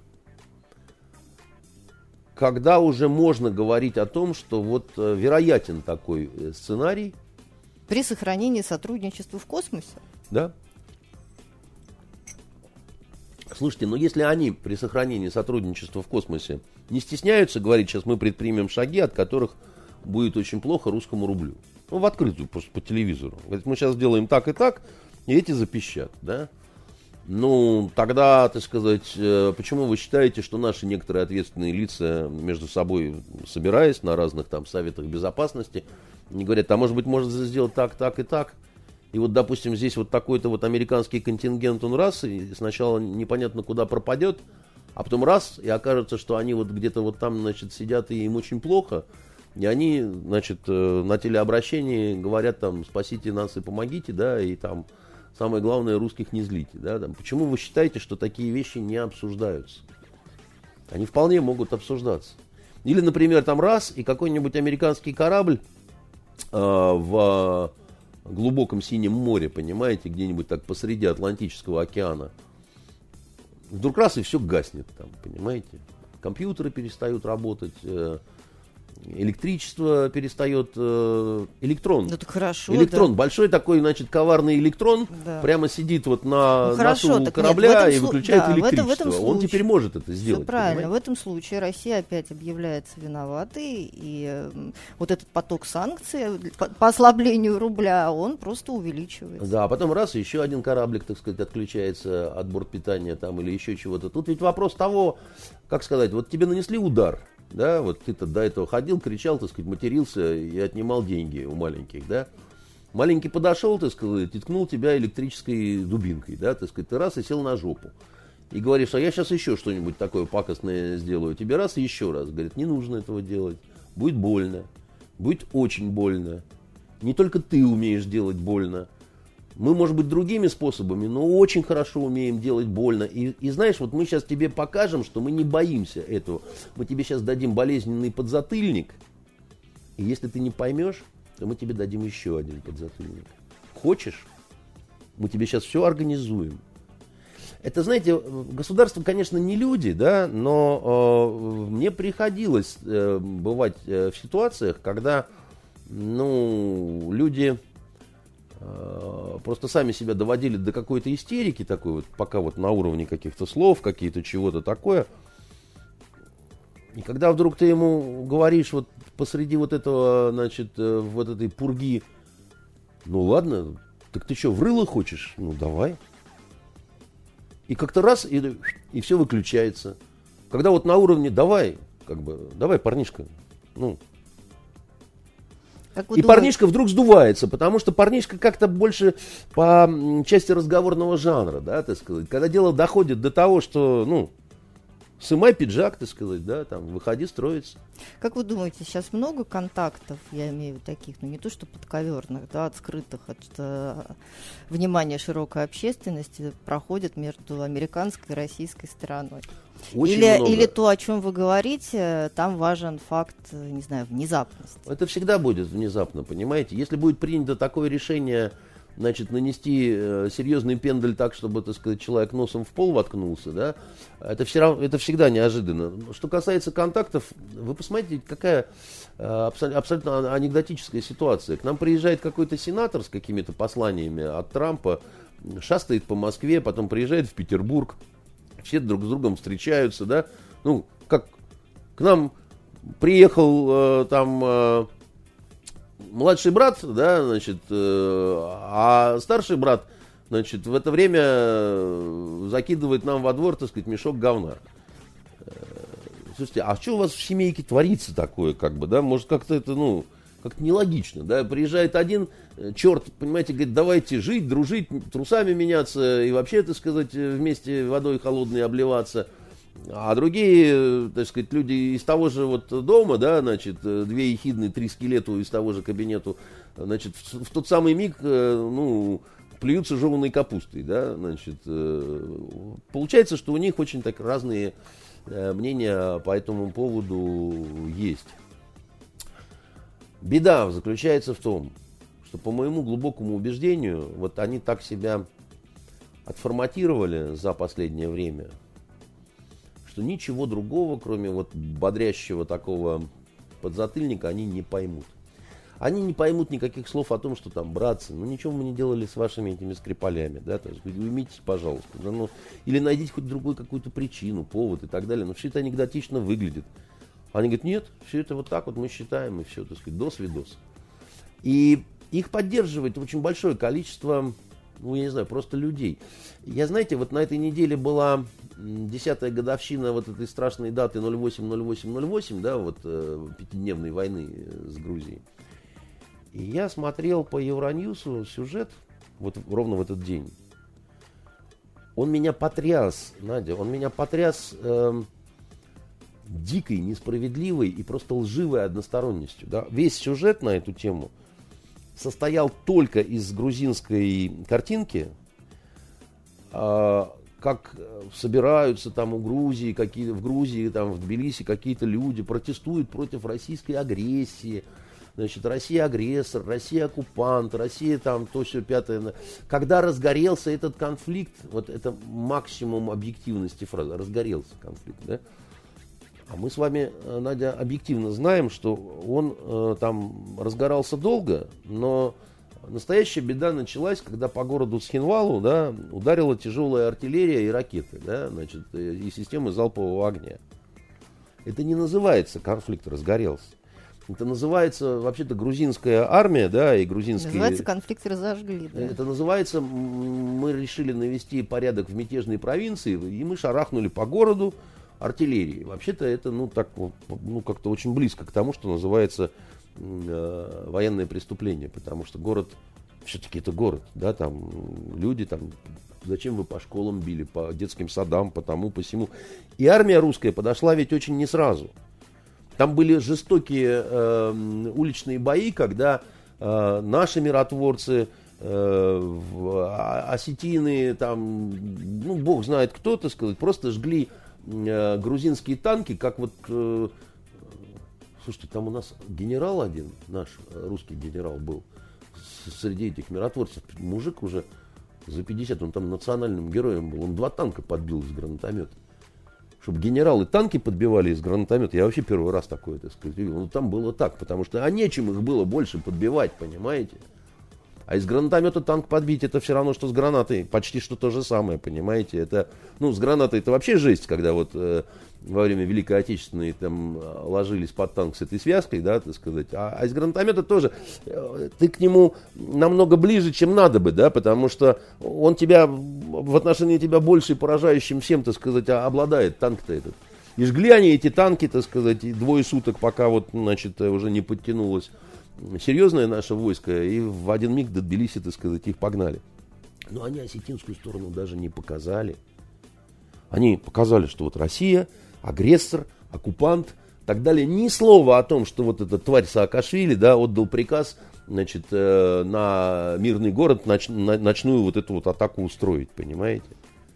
когда уже можно говорить о том, что вот вероятен такой сценарий. При сохранении сотрудничества в космосе? Да. Слушайте, но если они при сохранении сотрудничества в космосе не стесняются говорить, сейчас мы предпримем шаги, от которых будет очень плохо русскому рублю. Ну, в открытую, просто по телевизору. Говорит, мы сейчас сделаем так, и эти запищат, да. Ну, тогда, так сказать, почему вы считаете, что наши некоторые ответственные лица между собой, собираясь на разных там советах безопасности, не говорят, а может быть, можно сделать так, так и так. И вот, допустим, здесь вот такой-то вот американский контингент, он раз, и сначала непонятно куда пропадет, а потом раз, и окажется, что они вот где-то вот там, значит, сидят, и им очень плохо, и они, значит, на телеобращении говорят там, спасите нас и помогите, да, и там, самое главное, русских не злите, да, там. Почему вы считаете, что такие вещи не обсуждаются? Они вполне могут обсуждаться. Или, например, там раз, и какой-нибудь американский корабль в глубоком синем море, понимаете, где-нибудь так посреди Атлантического океана. Вдруг раз и все гаснет там, понимаете. Компьютеры перестают работать, электричество перестает, электрон. Ну так хорошо. Электрон, да. Большой такой, значит, коварный электрон, да. Прямо сидит вот на носу корабля и выключает электричество. В этом случае, он теперь может это сделать. Все правильно. Понимаете? В этом случае Россия опять объявляется виноватой, и вот этот поток санкций по ослаблению рубля, он просто увеличивается. Да, а потом раз, еще один кораблик, так сказать, отключается от бортпитания там или еще чего-то. Тут ведь вопрос того, как сказать, вот тебе нанесли удар. Да, вот ты-то до этого ходил, кричал, так сказать, матерился и отнимал деньги у маленьких, да. Маленький подошел, так сказать, и ткнул тебя электрической дубинкой, да, так сказать, ты раз и сел на жопу. И говоришь, а я сейчас еще что-нибудь такое пакостное сделаю. Тебе раз и еще раз. Говорит, не нужно этого делать. Будет больно. Будет очень больно. Не только ты умеешь делать больно. Мы, может быть, другими способами, но очень хорошо умеем делать больно. И знаешь, вот мы сейчас тебе покажем, что мы не боимся этого. Мы тебе сейчас дадим болезненный подзатыльник. И если ты не поймешь, то мы тебе дадим еще один подзатыльник. Хочешь? Мы тебе сейчас все организуем. Это, знаете, государство, конечно, не люди, да, но мне приходилось бывать в ситуациях, когда, ну, люди... просто сами себя доводили до какой-то истерики такой вот, пока вот на уровне каких-то слов, какие-то чего-то такое. И когда вдруг ты ему говоришь вот посреди вот этого, значит, вот этой пурги, ну ладно, так ты что, в рыло хочешь? Ну давай. И как-то раз, и все выключается. Когда вот на уровне давай, как бы, давай, парнишка, ну... И парнишка вдруг сдувается, потому что парнишка как-то больше по части разговорного жанра, да, так сказать. Когда дело доходит до того, что, ну, сымай пиджак, так сказать, да, там, выходи строиться. Как вы думаете, сейчас много контактов, я имею в виду таких, ну, не то что подковерных, да, от скрытых, от внимания широкой общественности проходит между американской и российской стороной? Или то, о чем вы говорите, там важен факт, не знаю, внезапности. Это всегда будет внезапно, понимаете. Если будет принято такое решение, значит, нанести серьезный пендель так, чтобы, так сказать, человек носом в пол воткнулся, да, это всегда неожиданно. Что касается контактов, вы посмотрите, какая абсолютно анекдотическая ситуация. К нам приезжает какой-то сенатор с какими-то посланиями от Трампа, шастает по Москве, потом приезжает в Петербург. Все друг с другом встречаются, да. Ну, как к нам приехал там младший брат, да, значит, а старший брат, значит, в это время закидывает нам во двор, так сказать, мешок говна. Слушайте, а что у вас в семейке творится такое, как бы, да? Может, как-то это, ну, как-то нелогично, да? Приезжает один черт, понимаете, говорит, давайте жить, дружить, трусами меняться и вообще, так сказать, вместе водой холодной обливаться. А другие, так сказать, люди из того же вот дома, да, значит, две ехидны, три скелету из того же кабинету, значит, в тот самый миг, ну, плюются жеваной капустой, да, значит. Получается, что у них очень так разные мнения по этому поводу есть. Беда заключается в том, что по моему глубокому убеждению, вот они так себя отформатировали за последнее время, что ничего другого, кроме вот бодрящего такого подзатыльника, они не поймут. Они не поймут никаких слов о том, что там, братцы, ну ничего мы не делали с вашими этими Скрипалями, да, то есть уймитесь, пожалуйста, да, ну, или найдите хоть другую какую-то причину, повод и так далее, но все это анекдотично выглядит. Они говорят, нет, все это вот так вот мы считаем, и все, так сказать, дос-видос. И их поддерживает очень большое количество, ну, я не знаю, просто людей. Я, знаете, вот на этой неделе была 10-я годовщина вот этой страшной даты 08-08-08, да, вот пятидневной войны с Грузией. И я смотрел по Евроньюсу сюжет, вот ровно в этот день. Он меня потряс, Надя, он меня потряс дикой, несправедливой и просто лживой односторонностью. Да? Весь сюжет на эту тему состоял только из грузинской картинки, как собираются там в Грузии, там в Тбилиси какие-то люди, протестуют против российской агрессии, значит, Россия агрессор, Россия оккупант, Россия там то, все пятое. Когда разгорелся этот конфликт, вот это максимум объективности фразы, разгорелся конфликт, да? А мы с вами, Надя, объективно знаем, что он там разгорался долго, но настоящая беда началась, когда по городу Цхинвалу, да, ударила тяжелая артиллерия и ракеты, да, значит, и системы залпового огня. Это не называется конфликт разгорелся. Это называется вообще-то грузинская армия, да, и грузинские... Называется конфликт разожгли, да. Это называется, мы решили навести порядок в мятежной провинции, и мы шарахнули по городу артиллерии. Вообще-то это, ну, так, ну, как-то очень близко к тому, что называется военное преступление, потому что город, все-таки это город, да, там люди, там, зачем вы по школам били, по детским садам, по тому, по сему. И армия русская подошла ведь очень не сразу. Там были жестокие уличные бои, когда наши миротворцы, осетины, там, ну, бог знает кто, так сказать, просто жгли грузинские танки, как вот... Слушайте, там у нас генерал один, наш русский генерал был, среди этих миротворцев, мужик уже за 50, он там национальным героем был, он 2 танка подбил из гранатомета. Чтобы генералы танки подбивали из гранатомета, я вообще первый раз такое, так сказать, видел. Ну, там было так, потому что нечем их было больше подбивать, понимаете? А из гранатомета танк подбить, это все равно, что с гранатой. Почти что то же самое, понимаете? Это, ну, с гранатой это вообще жесть, когда вот во время Великой Отечественной там ложились под танк с этой связкой, да, так сказать. А из гранатомета тоже ты к нему намного ближе, чем надо бы, да, потому что он тебя, в отношении тебя больше поражающим всем, так сказать, обладает танк-то этот. И жгли они эти танки, так сказать, и 2 суток, пока вот, значит, уже не подтянулось серьезное наше войско, и в один миг до Тбилиси, так сказать, их погнали. Но они осетинскую сторону даже не показали. Они показали, что вот Россия, агрессор, оккупант, так далее. Ни слова о том, что вот эта тварь Саакашвили, да, отдал приказ, значит, на мирный город ночную вот эту вот атаку устроить, понимаете?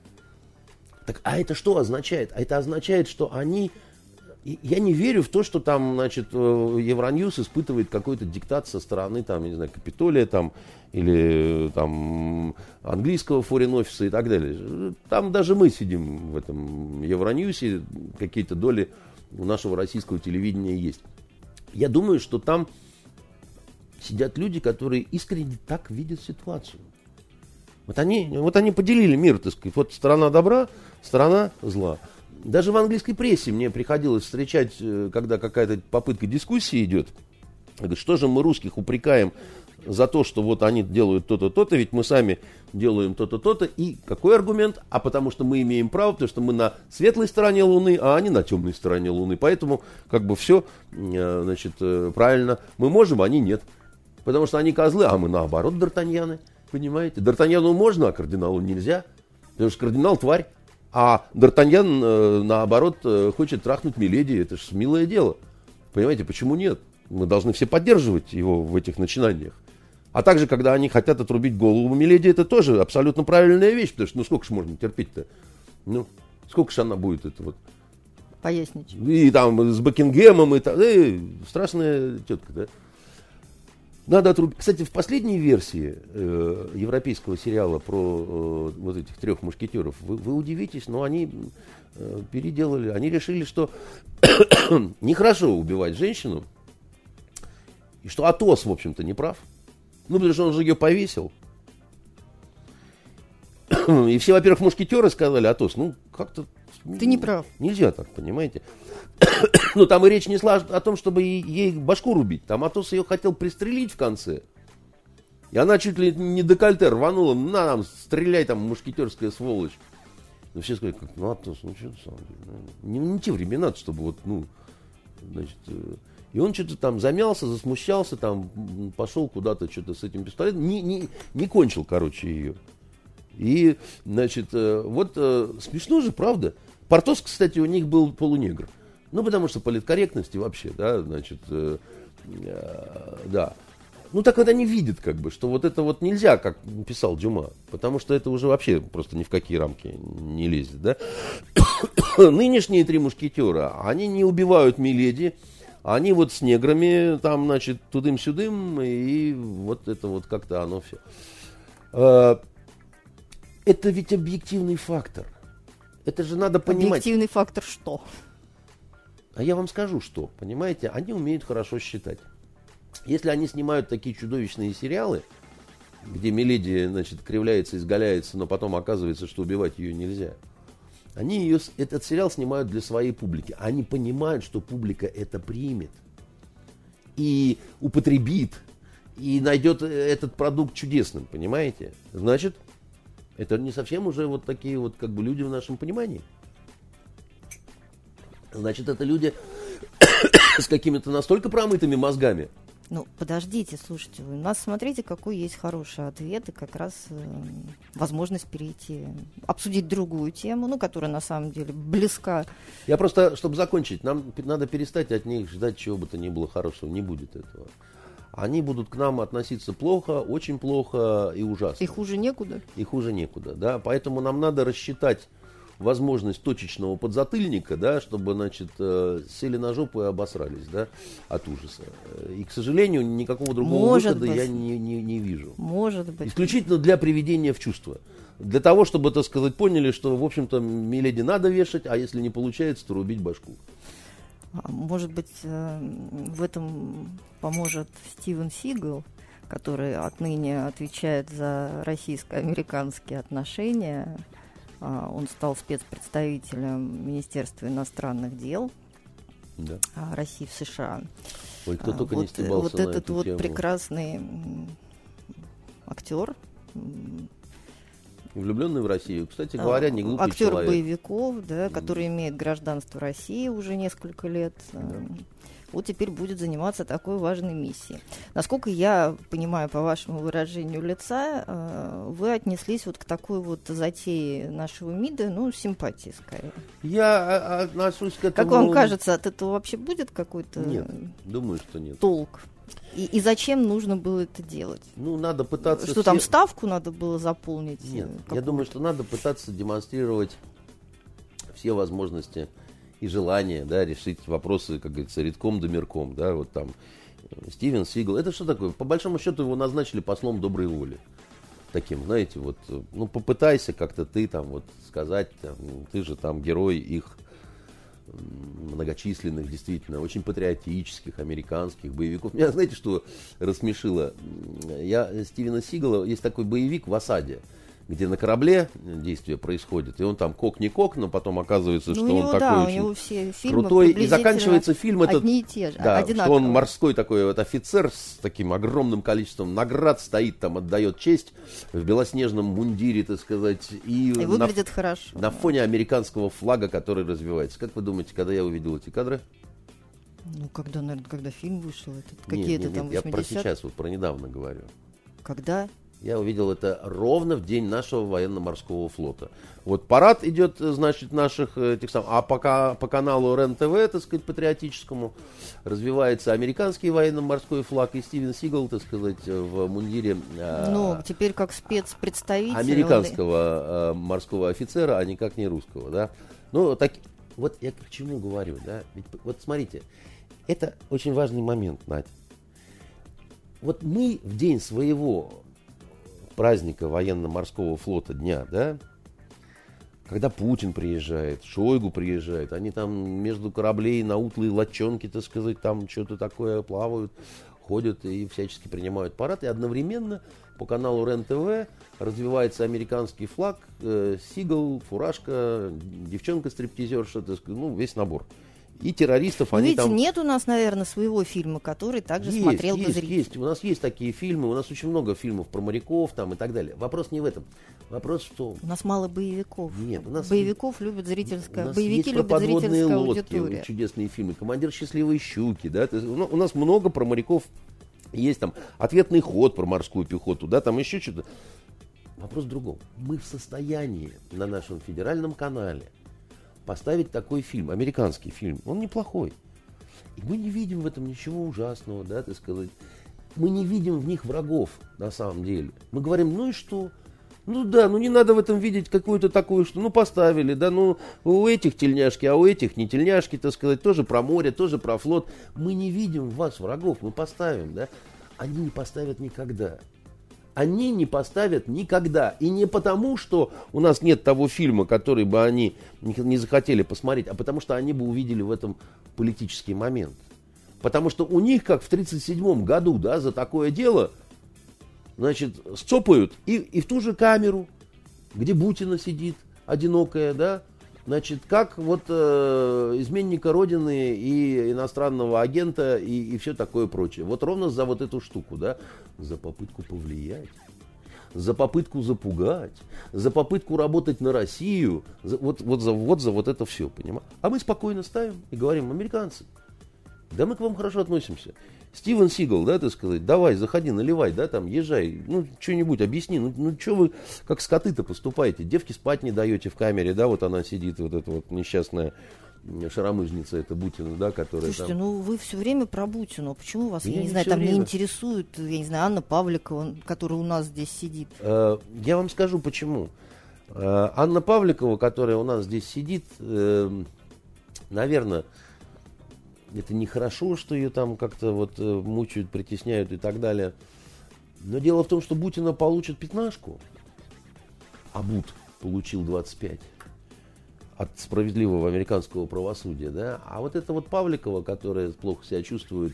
Так, а это что означает? А это означает, что они... Я не верю в то, что там, значит, Евроньюз испытывает какой-то диктат со стороны, там, не знаю, Капитолия, там, или там английского форин-офиса и так далее. Там даже мы сидим в этом Евроньюзе, какие-то доли у нашего российского телевидения есть. Я думаю, что там сидят люди, которые искренне так видят ситуацию. Вот они поделили мир, так сказать. Вот сторона добра, сторона зла. Даже в английской прессе мне приходилось встречать, когда какая-то попытка дискуссии идет. Говорят, что же мы русских упрекаем за то, что вот они делают то-то, то-то, ведь мы сами делаем то-то, то-то. И какой аргумент? А потому что мы имеем право, потому что мы на светлой стороне Луны, а они на темной стороне Луны. Поэтому как бы все, значит, правильно. Мы можем, а они нет. Потому что они козлы, а мы наоборот д'Артаньяны. Понимаете? Д'Артаньяну можно, а кардиналу нельзя. Потому что кардинал тварь. А Д'Артаньян, наоборот, хочет трахнуть Миледи. Это же милое дело. Понимаете, почему нет? Мы должны все поддерживать его в этих начинаниях. А также, когда они хотят отрубить голову Миледи, это тоже абсолютно правильная вещь. Потому что, ну, сколько же можно терпеть-то? Ну, сколько же она будет это вот... Поясничать. И там с Бекингемом, и там... страшная тетка, да? Надо отрубить. Кстати, в последней версии европейского сериала про вот этих 3 мушкетеров, вы удивитесь, но они переделали. Они решили, что нехорошо убивать женщину, и что Атос, в общем-то, не прав. Ну, потому что он же ее повесил. И все, во-первых, мушкетеры сказали: Атос, ну, как-то... Ты не прав. Нельзя так, понимаете. Но там и речь не шла о том, чтобы ей башку рубить. Там Атос ее хотел пристрелить в конце. И она чуть ли не декольте рванула. На, нам, стреляй, там, мушкетерская сволочь. Ну, все сказали, ну, Атос, ну, что ты сам? Не те времена, чтобы вот, ну, значит... И он что-то там замялся, засмущался, там, пошел куда-то что-то с этим пистолетом. Не кончил, короче, ее. И, значит, вот смешно же, правда? Портос, кстати, у них был полунегр. Ну, потому что политкорректности вообще, да, значит, да. Ну, так вот они видят, как бы, что вот это вот нельзя, как писал Дюма, потому что это уже вообще просто ни в какие рамки не лезет, да. Нынешние 3 мушкетера, они не убивают Миледи, Они вот с неграми там, значит, тудым-сюдым, и вот это вот как-то оно все. Это ведь объективный фактор. Это же надо понимать. Объективный фактор что? А я вам скажу, что, понимаете, они умеют хорошо считать. Если они снимают такие чудовищные сериалы, где Миледи, значит, кривляется, изгаляется, но потом оказывается, что убивать ее нельзя. Они этот сериал снимают для своей публики. Они понимают, что публика это примет. И употребит. И найдет этот продукт чудесным, понимаете? Значит, это не совсем уже вот такие вот как бы люди в нашем понимании. Значит, это люди с какими-то настолько промытыми мозгами. Ну, подождите, слушайте, у нас, смотрите, какой есть хороший ответ и как раз возможность перейти, обсудить другую тему, ну, которая на самом деле близка. Я просто, чтобы закончить, нам надо перестать от них ждать чего бы то ни было хорошего, не будет этого. Они будут к нам относиться плохо, очень плохо и ужасно. И хуже некуда. И хуже некуда, да, поэтому нам надо рассчитать возможность точечного подзатыльника, да, чтобы, значит, сели на жопу и обосрались, да, от ужаса. И, к сожалению, никакого другого выхода я не вижу. Может быть. Исключительно для приведения в чувство. Для того, чтобы, так сказать, поняли, что, в общем-то, Миледи надо вешать, а если не получается, то рубить башку. Может быть, в этом поможет Стивен Сигал, который отныне отвечает за российско-американские отношения. Он стал спецпредставителем Министерства иностранных дел России в США. Ой, кто только не стебался вот на этот эту вот тему. прекрасный актер. Влюбленный в Россию. Кстати говоря, не глупый актер человек. боевиков, да, который имеет гражданство России уже несколько лет. Вот теперь будет заниматься такой важной миссией. Насколько я понимаю по вашему выражению лица, вы отнеслись вот к такой вот затее нашего МИДа, ну, с симпатией скорее. Я отношусь к этому... Как вам кажется, от этого вообще будет какой-то Нет, думаю, что нет. толк? И зачем нужно было это делать? Ну, надо пытаться... Что там, ставку надо было заполнить? Нет, я думаю, что надо пытаться демонстрировать все возможности и желание, да, решить вопросы, как говорится, редком да мирком, да, вот там Стивен Сигал. Это что такое? По большому счету его назначили послом доброй воли. Таким, знаете, вот, ну, попытайся как-то ты там вот сказать, там, ты же там герой их многочисленных, действительно, очень патриотических, американских боевиков. Меня, знаете, что рассмешило? Стивена Сигала, есть такой боевик в «Осаде», где на корабле действие происходит, и он там кок не кок, но потом оказывается, что он такой очень крутой, и заканчивается фильм этот, одни и те же, да, что он морской такой вот офицер с таким огромным количеством наград стоит там, отдает честь в белоснежном мундире, так сказать, и выглядит хорошо на фоне американского флага, который развивается. Как вы думаете, когда я увидел эти кадры? Ну, когда, наверное, когда фильм вышел, какие-то там 80-е. Я про сейчас, вот про недавно говорю. Когда? Я увидел это ровно в день нашего военно-морского флота. Вот парад идет, значит, наших этих самых, а пока по каналу РЕН-ТВ, так сказать, патриотическому, развивается американский военно-морской флаг, и Стивен Сигал, так сказать, в мундире теперь как спецпредставитель американского морского офицера, а никак не русского, да. Ну, так, вот я к чему говорю, да. Ведь, вот смотрите, это очень важный момент, Надь. Вот мы в день своего праздника военно-морского флота дня, да, когда Путин приезжает, Шойгу приезжает, они там между кораблей на утлые лодчонки, так сказать, там что-то такое плавают, ходят и всячески принимают парад, и одновременно по каналу РЕН-ТВ развивается американский флаг, Сигал, фуражка, девчонка-стриптизерша, так сказать, ну, весь набор. И террористов, они видите, там... нет у нас, наверное, своего фильма, который также смотрел бы зритель. Есть. У нас есть такие фильмы, у нас очень много фильмов про моряков там и так далее. Вопрос не в этом. Вопрос в том... У нас мало боевиков. Нет, у нас... Боевиков любят зрительская... У нас Боевики есть любят зрительская аудитория. Чудесные фильмы. «Командир счастливой щуки», да. У нас много про моряков. Есть там «Ответный ход» про морскую пехоту, да, там еще что-то. Вопрос в другом. Мы в состоянии на нашем федеральном канале поставить такой фильм, американский фильм, он неплохой. И мы не видим в этом ничего ужасного, да, так сказать. Мы не видим в них врагов, на самом деле. Мы говорим, ну и что? Ну да, ну не надо в этом видеть какую-то такую, что ну поставили, да, ну у этих тельняшки, а у этих не тельняшки, так сказать, тоже про море, тоже про флот. Мы не видим в вас врагов, мы поставим, да. Они не поставят никогда. Они не поставят никогда. И не потому, что у нас нет того фильма, который бы они не захотели посмотреть, а потому что они бы увидели в этом политический момент. Потому что у них, как в 1937 году, да, за такое дело, значит, сцопают и в ту же камеру, где Бутина сидит, одинокая, да, значит, как вот изменника Родины и иностранного агента и все такое прочее. Вот ровно за вот эту штуку, да, за попытку повлиять, за попытку запугать, за попытку работать на Россию, вот за это все, понимаешь? А мы спокойно ставим и говорим: американцы, да мы к вам хорошо относимся. Стивен Сигал, да, так сказать, давай, заходи, наливай, да, там, езжай, ну, что-нибудь объясни, ну, что вы, как скоты-то поступаете, девке спать не даете в камере, да, вот она сидит, вот эта вот несчастная шаромыжница, это Бутина, да, которая. Слушайте, там... ну, вы все время про Бутину, почему вас, я не знаю, всё там время. не интересует, я не знаю, Анна Павликова, которая у нас здесь сидит? Я вам скажу, почему. Анна Павликова, которая у нас здесь сидит, наверное, это нехорошо, что ее там как-то вот мучают, притесняют и так далее. Но дело в том, что Бутина получит 15, а Бут получил 25 от справедливого американского правосудия, да. А вот это вот Павликова, которая плохо себя чувствует,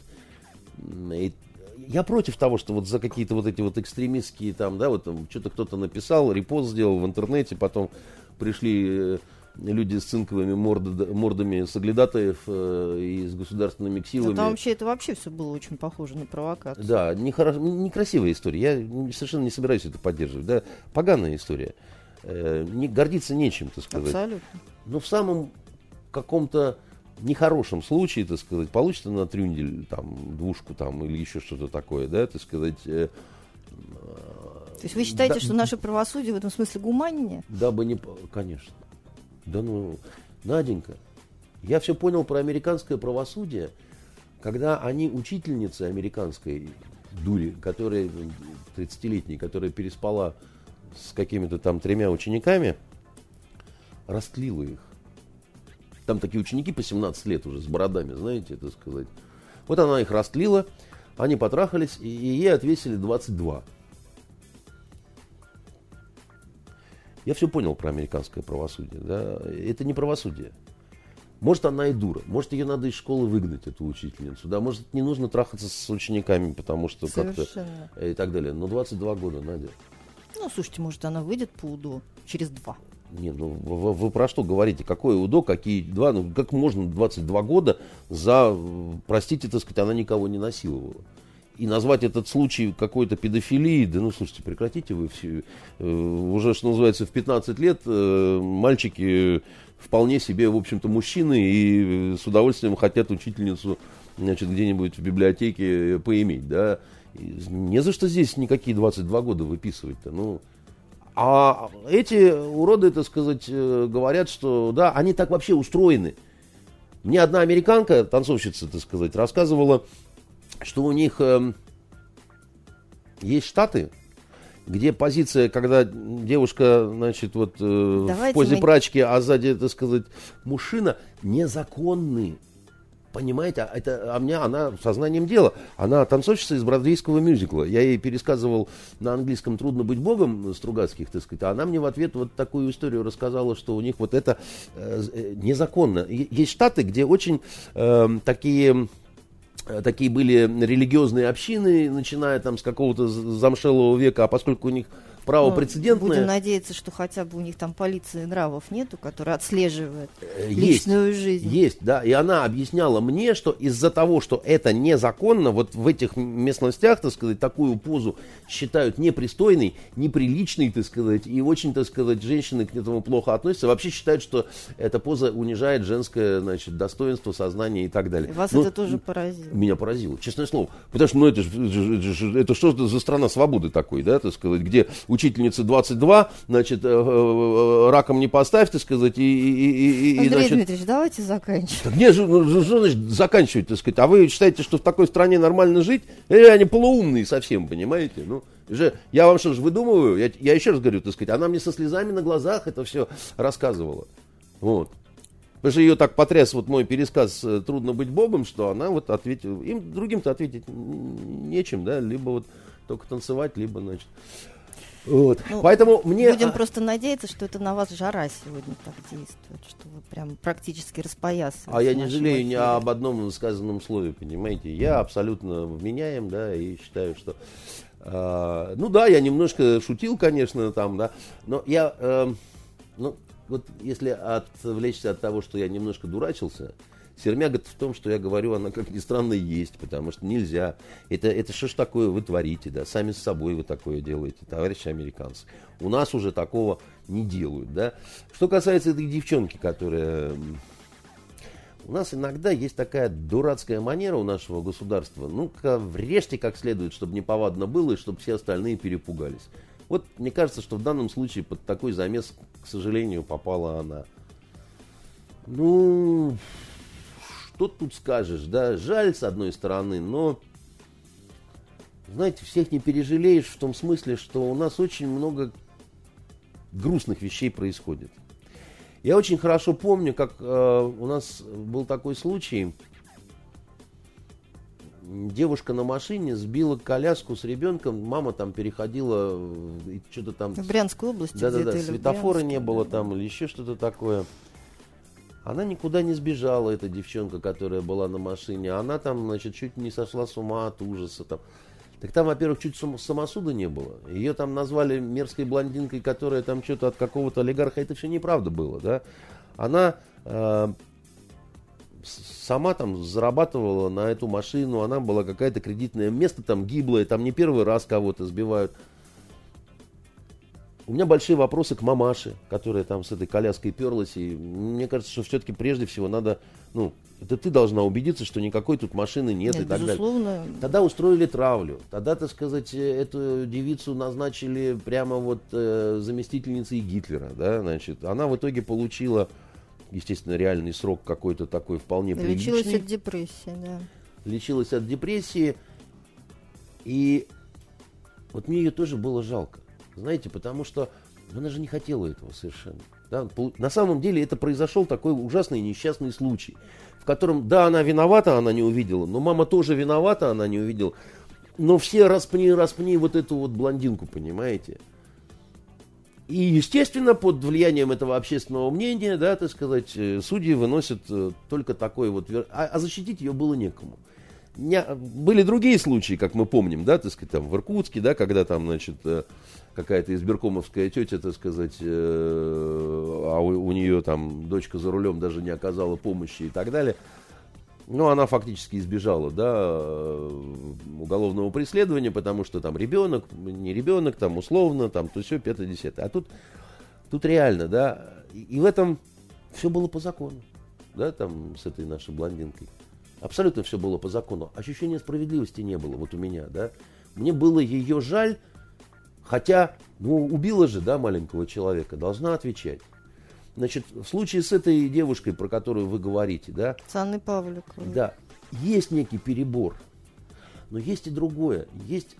я против того, что вот за какие-то вот эти вот экстремистские там, да, вот там что-то кто-то написал, репост сделал в интернете, потом пришли люди с цинковыми мордами соглядатаев и с государственными ксивами. Ну, там вообще все было очень похоже на провокацию. Да, некрасивая история. Я совершенно не собираюсь это поддерживать. Да, поганая история. Гордиться нечем, так сказать. Абсолютно. Но в самом каком-то нехорошем случае, так сказать, получится на трюндель там, 2 там, или еще что-то такое, да, так сказать. То есть вы считаете, что наше правосудие в этом смысле гуманнее? Дабы не... Конечно. Да ну, Наденька, я все понял про американское правосудие, когда они учительницы американской дури, которая 30-летней, которая переспала с какими-то там 3 учениками, растлила их. Там такие ученики по 17 лет уже с бородами, знаете, так сказать. Вот она их растлила, они потрахались, и ей отвесили 22. Я все понял про американское правосудие. Да? Это не правосудие. Может, она и дура. Может, ее надо из школы выгнать, эту учительницу. Да? Может, не нужно трахаться с учениками, потому что как-то... И так далее. Но 22 года, Надя. Ну, слушайте, может, она выйдет по УДО через 2. Не, ну вы про что говорите? Какое УДО, какие 2? Ну, как можно 22 года за... Простите, так сказать, она никого не насиловала. И назвать этот случай какой-то педофилией, да ну слушайте, прекратите вы все. Уже, что называется, в 15 лет мальчики вполне себе, в общем-то, мужчины и с удовольствием хотят учительницу, значит, где-нибудь в библиотеке поиметь, да. И не за что здесь никакие 22 года выписывать-то, ну. А эти уроды, так сказать, говорят, что, да, они так вообще устроены. Мне одна американка, танцовщица, так сказать, рассказывала, что у них есть штаты, где позиция, когда девушка, значит, вот в позе прачки, а сзади, так сказать, мужчина, незаконный. Понимаете, она сознанием дела. Она танцовщица из бродвейского мюзикла. Я ей пересказывал на английском «Трудно быть богом» Стругацких, так сказать, а она мне в ответ вот такую историю рассказала, что у них вот это незаконно. Есть штаты, где очень такие были религиозные общины, начиная там с какого-то замшелого века, а поскольку у них право прецедентное... Будем надеяться, что хотя бы у них там полиции нравов нету, которая отслеживает личную жизнь. Есть, да. И она объясняла мне, что из-за того, что это незаконно, вот в этих местностях, так сказать, такую позу считают непристойной, неприличной, так сказать, и очень, так сказать, женщины к этому плохо относятся. Вообще считают, что эта поза унижает женское, значит, достоинство, сознание и так далее. Вас это тоже поразило? Меня поразило, честное слово. Потому что, это что за страна свободы такой, да, так сказать, где учительнице 22, значит, раком не поставь, так сказать, Андрей значит... Дмитриевич, давайте заканчивать. Так нет, что значит заканчивать, так сказать? А вы считаете, что в такой стране нормально жить? Они полуумные совсем, понимаете? Ну, я вам что ж выдумываю? Я еще раз говорю, так сказать, она мне со слезами на глазах это все рассказывала. Вот. Потому что ее так потряс вот мой пересказ «Трудно быть Богом», что она вот ответила. Им другим-то ответить нечем, да, либо вот только танцевать, либо, значит... Вот. Ну, поэтому мне... Будем просто надеяться, что это на вас жара сегодня так действует, что вы прям практически распоясываете. А я не жалею ни об одном сказанном слове, понимаете. Я абсолютно вменяем, да, и считаю, что... ну да, я немножко шутил, конечно, там, да, но я... ну, вот если отвлечься от того, что я немножко дурачился... Сермяга в том, что я говорю, она, как ни странно, есть, потому что нельзя. Это что ж такое вы творите, да? Сами с собой вы такое делаете, товарищи американцы. У нас уже такого не делают, да? Что касается этой девчонки, которая... У нас иногда есть такая дурацкая манера у нашего государства. Ну-ка, врежьте как следует, чтобы неповадно было, и чтобы все остальные перепугались. Вот мне кажется, что в данном случае под такой замес, к сожалению, попала она. Ну... Что тут скажешь, да, жаль с одной стороны, но, знаете, всех не пережалеешь в том смысле, что у нас очень много грустных вещей происходит. Я очень хорошо помню, как у нас был такой случай, девушка на машине сбила коляску с ребенком, мама там переходила, и что-то там... В Брянской области да-да-да, где-то. светофора Брянске, не было да. там или еще что-то такое. Она никуда не сбежала, эта девчонка, которая была на машине. Она там, значит, чуть не сошла с ума от ужаса. Там. Так там, во-первых, чуть самосуда не было. Ее там назвали мерзкой блондинкой, которая там что-то от какого-то олигарха. Это все неправда было, да. Она сама там зарабатывала на эту машину. Она была какая-то кредитное место там гиблое. Там не первый раз кого-то сбивают. У меня большие вопросы к мамаше, которая там с этой коляской перлась. И мне кажется, что все-таки прежде всего надо... Ну, это ты должна убедиться, что никакой тут машины нет, и так безусловно. далее. Тогда устроили травлю. Тогда, так сказать, эту девицу назначили прямо вот заместительницей Гитлера. Да, значит. Она в итоге получила, естественно, реальный срок какой-то такой вполне приличный. Лечилась от депрессии, да. Лечилась от депрессии. И вот мне ее тоже было жалко. Знаете, потому что она же не хотела этого совершенно. Да? На самом деле это произошел такой ужасный несчастный случай, в котором, да, она виновата, она не увидела, но мама тоже виновата, она не увидела. Но все распни вот эту вот блондинку, понимаете? И, естественно, под влиянием этого общественного мнения, да, так сказать, судьи выносят только такой вот... А защитить ее было некому. Были другие случаи, как мы помним, да, так сказать, там в Иркутске, да, когда там, значит, какая-то избиркомовская тетя, так сказать, а у нее там дочка за рулем даже не оказала помощи и так далее. Но она фактически избежала, да, уголовного преследования, потому что там ребенок, не ребенок, там условно, там то все, 5-10. А тут реально, да, и в этом все было по закону, да, там с этой нашей блондинкой. Абсолютно все было по закону. Ощущения справедливости не было, вот у меня, да. Мне было ее жаль, хотя, ну, убила же, да, маленького человека, должна отвечать. Значит, в случае с этой девушкой, про которую вы говорите, да. С Анной Павликовой. Да, есть некий перебор, но есть и другое. Есть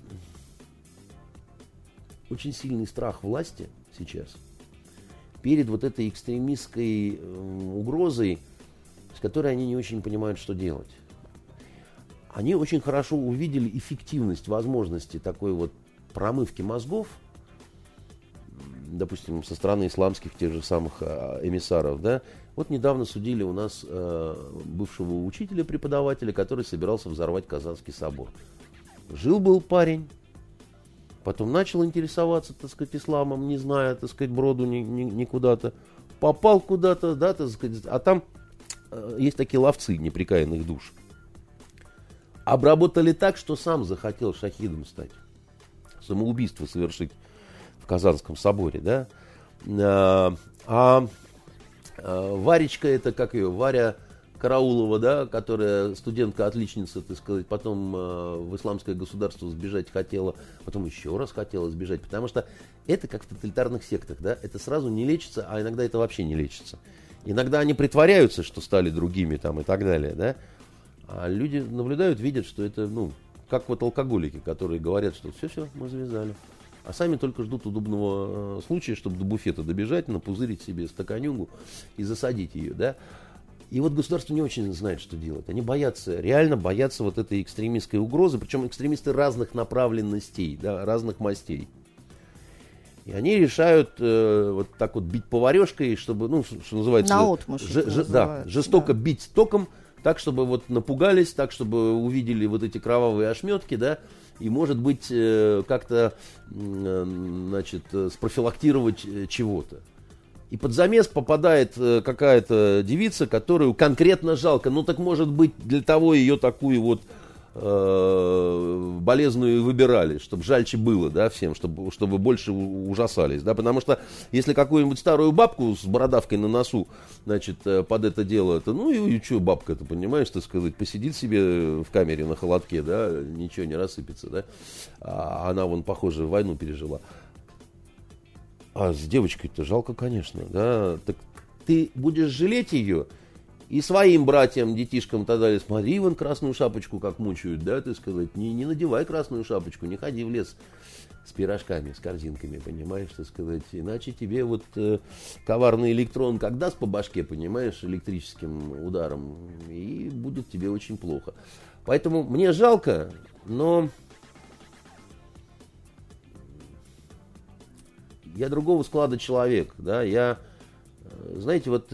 очень сильный страх власти сейчас перед вот этой экстремистской угрозой, с которой они не очень понимают, что делать. Они очень хорошо увидели эффективность возможности такой вот промывки мозгов, допустим, со стороны исламских тех же самых эмиссаров, да. Вот недавно судили у нас бывшего учителя-преподавателя, который собирался взорвать Казанский собор. Жил-был парень, потом начал интересоваться, так сказать, исламом, не зная, так сказать, броду ни куда-то, попал куда-то, да, так сказать, а там есть такие ловцы непрекаянных душ. Обработали так, что сам захотел шахидом стать. Самоубийство совершить в Казанском соборе, да. Варечка, это как ее, Варя Караулова, да, которая студентка-отличница, так сказать, потом в исламское государство сбежать хотела, потом еще раз хотела сбежать, потому что это как в тоталитарных сектах, да, это сразу не лечится, а иногда это вообще не лечится. Иногда они притворяются, что стали другими там и так далее, да, а люди наблюдают, видят, что это, ну, как вот алкоголики, которые говорят, что все, мы завязали. А сами только ждут удобного случая, чтобы до буфета добежать, напузырить себе стаканюгу и засадить ее, да. И вот государство не очень знает, что делать. Они боятся, реально боятся вот этой экстремистской угрозы, причем экстремисты разных направленностей, да, разных мастей. И они решают вот так вот бить поварешкой, чтобы, ну, что называется, наотмашь, жестоко бить током, так, чтобы вот напугались, так, чтобы увидели вот эти кровавые ошметки, да, и, может быть, как-то, значит, спрофилактировать чего-то. И под замес попадает какая-то девица, которую конкретно жалко. Ну, так, может быть, для того ее такую вот болезную выбирали, чтобы жальче было, да, всем, чтобы больше ужасались, да, потому что если какую-нибудь старую бабку с бородавкой на носу, значит, под это дело, то, ну, и что бабка-то, понимаешь, так сказать, посидит себе в камере на холодке, да, ничего не рассыпется, да, а она, вон, похоже, войну пережила. А с девочкой-то жалко, конечно, да, так ты будешь жалеть ее, и своим братьям, детишкам и так далее, смотри, вон красную шапочку как мучают, да, ты сказать, не надевай красную шапочку, не ходи в лес с пирожками, с корзинками, понимаешь, так сказать, иначе тебе вот коварный электрон как даст по башке, понимаешь, электрическим ударом, и будет тебе очень плохо. Поэтому мне жалко, но я другого склада человек, да, я, знаете, вот...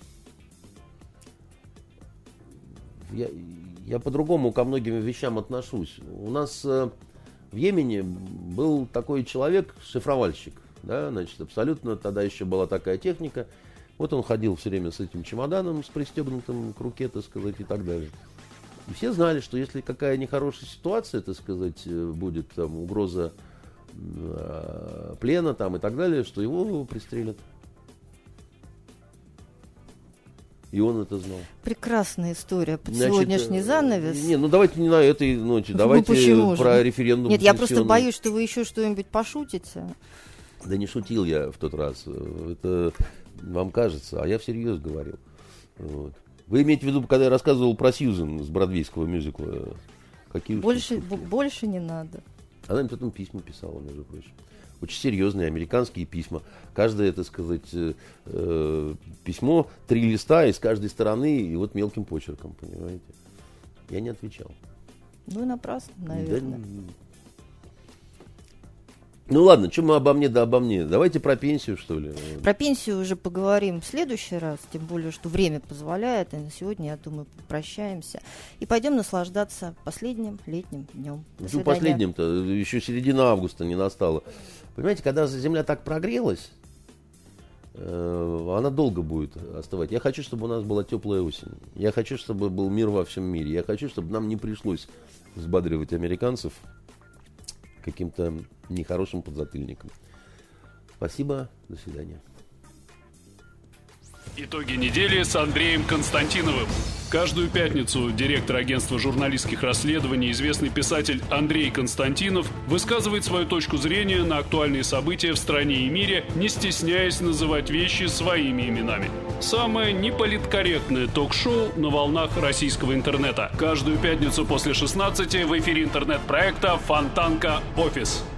Я по-другому ко многим вещам отношусь. У нас в Йемене был такой человек, шифровальщик, да, значит, абсолютно тогда еще была такая техника. Вот он ходил все время с этим чемоданом, с пристегнутым к руке, так сказать, и так далее. И все знали, что если какая нехорошая ситуация, так сказать, будет там угроза плена там и так далее, что его пристрелят. И он это знал. Прекрасная история под сегодняшний занавес. Не, ну давайте не на этой ноте, давайте про референдум. Нет, я просто боюсь, что вы еще что-нибудь пошутите. Да не шутил я в тот раз. Это вам кажется, а я всерьез говорил. Вот. Вы имеете в виду, когда я рассказывал про Сьюзен с бродвейского мюзикла? Какие больше не надо. Она мне потом письма писала, между прочим. Очень серьезные американские письма. Каждое, так сказать, письмо 3 листа из каждой стороны, и вот мелким почерком, понимаете. Я не отвечал. Ну и напрасно, наверное. Да... Ну ладно, что мы обо мне, да обо мне. Давайте про пенсию, что ли. Про пенсию уже поговорим в следующий раз, тем более, что время позволяет. И на сегодня, я думаю, попрощаемся. И пойдем наслаждаться последним летним днем. Ну, последним-то, еще середина августа не настала. Понимаете, когда Земля так прогрелась, она долго будет остывать. Я хочу, чтобы у нас была теплая осень. Я хочу, чтобы был мир во всем мире. Я хочу, чтобы нам не пришлось взбадривать американцев каким-то нехорошим подзатыльником. Спасибо, до свидания. Итоги недели с Андреем Константиновым. Каждую пятницу директор агентства журналистских расследований, известный писатель Андрей Константинов, высказывает свою точку зрения на актуальные события в стране и мире, не стесняясь называть вещи своими именами. Самое неполиткорректное ток-шоу на волнах российского интернета. Каждую пятницу после 16 в эфире интернет-проекта «Фонтанка Офис».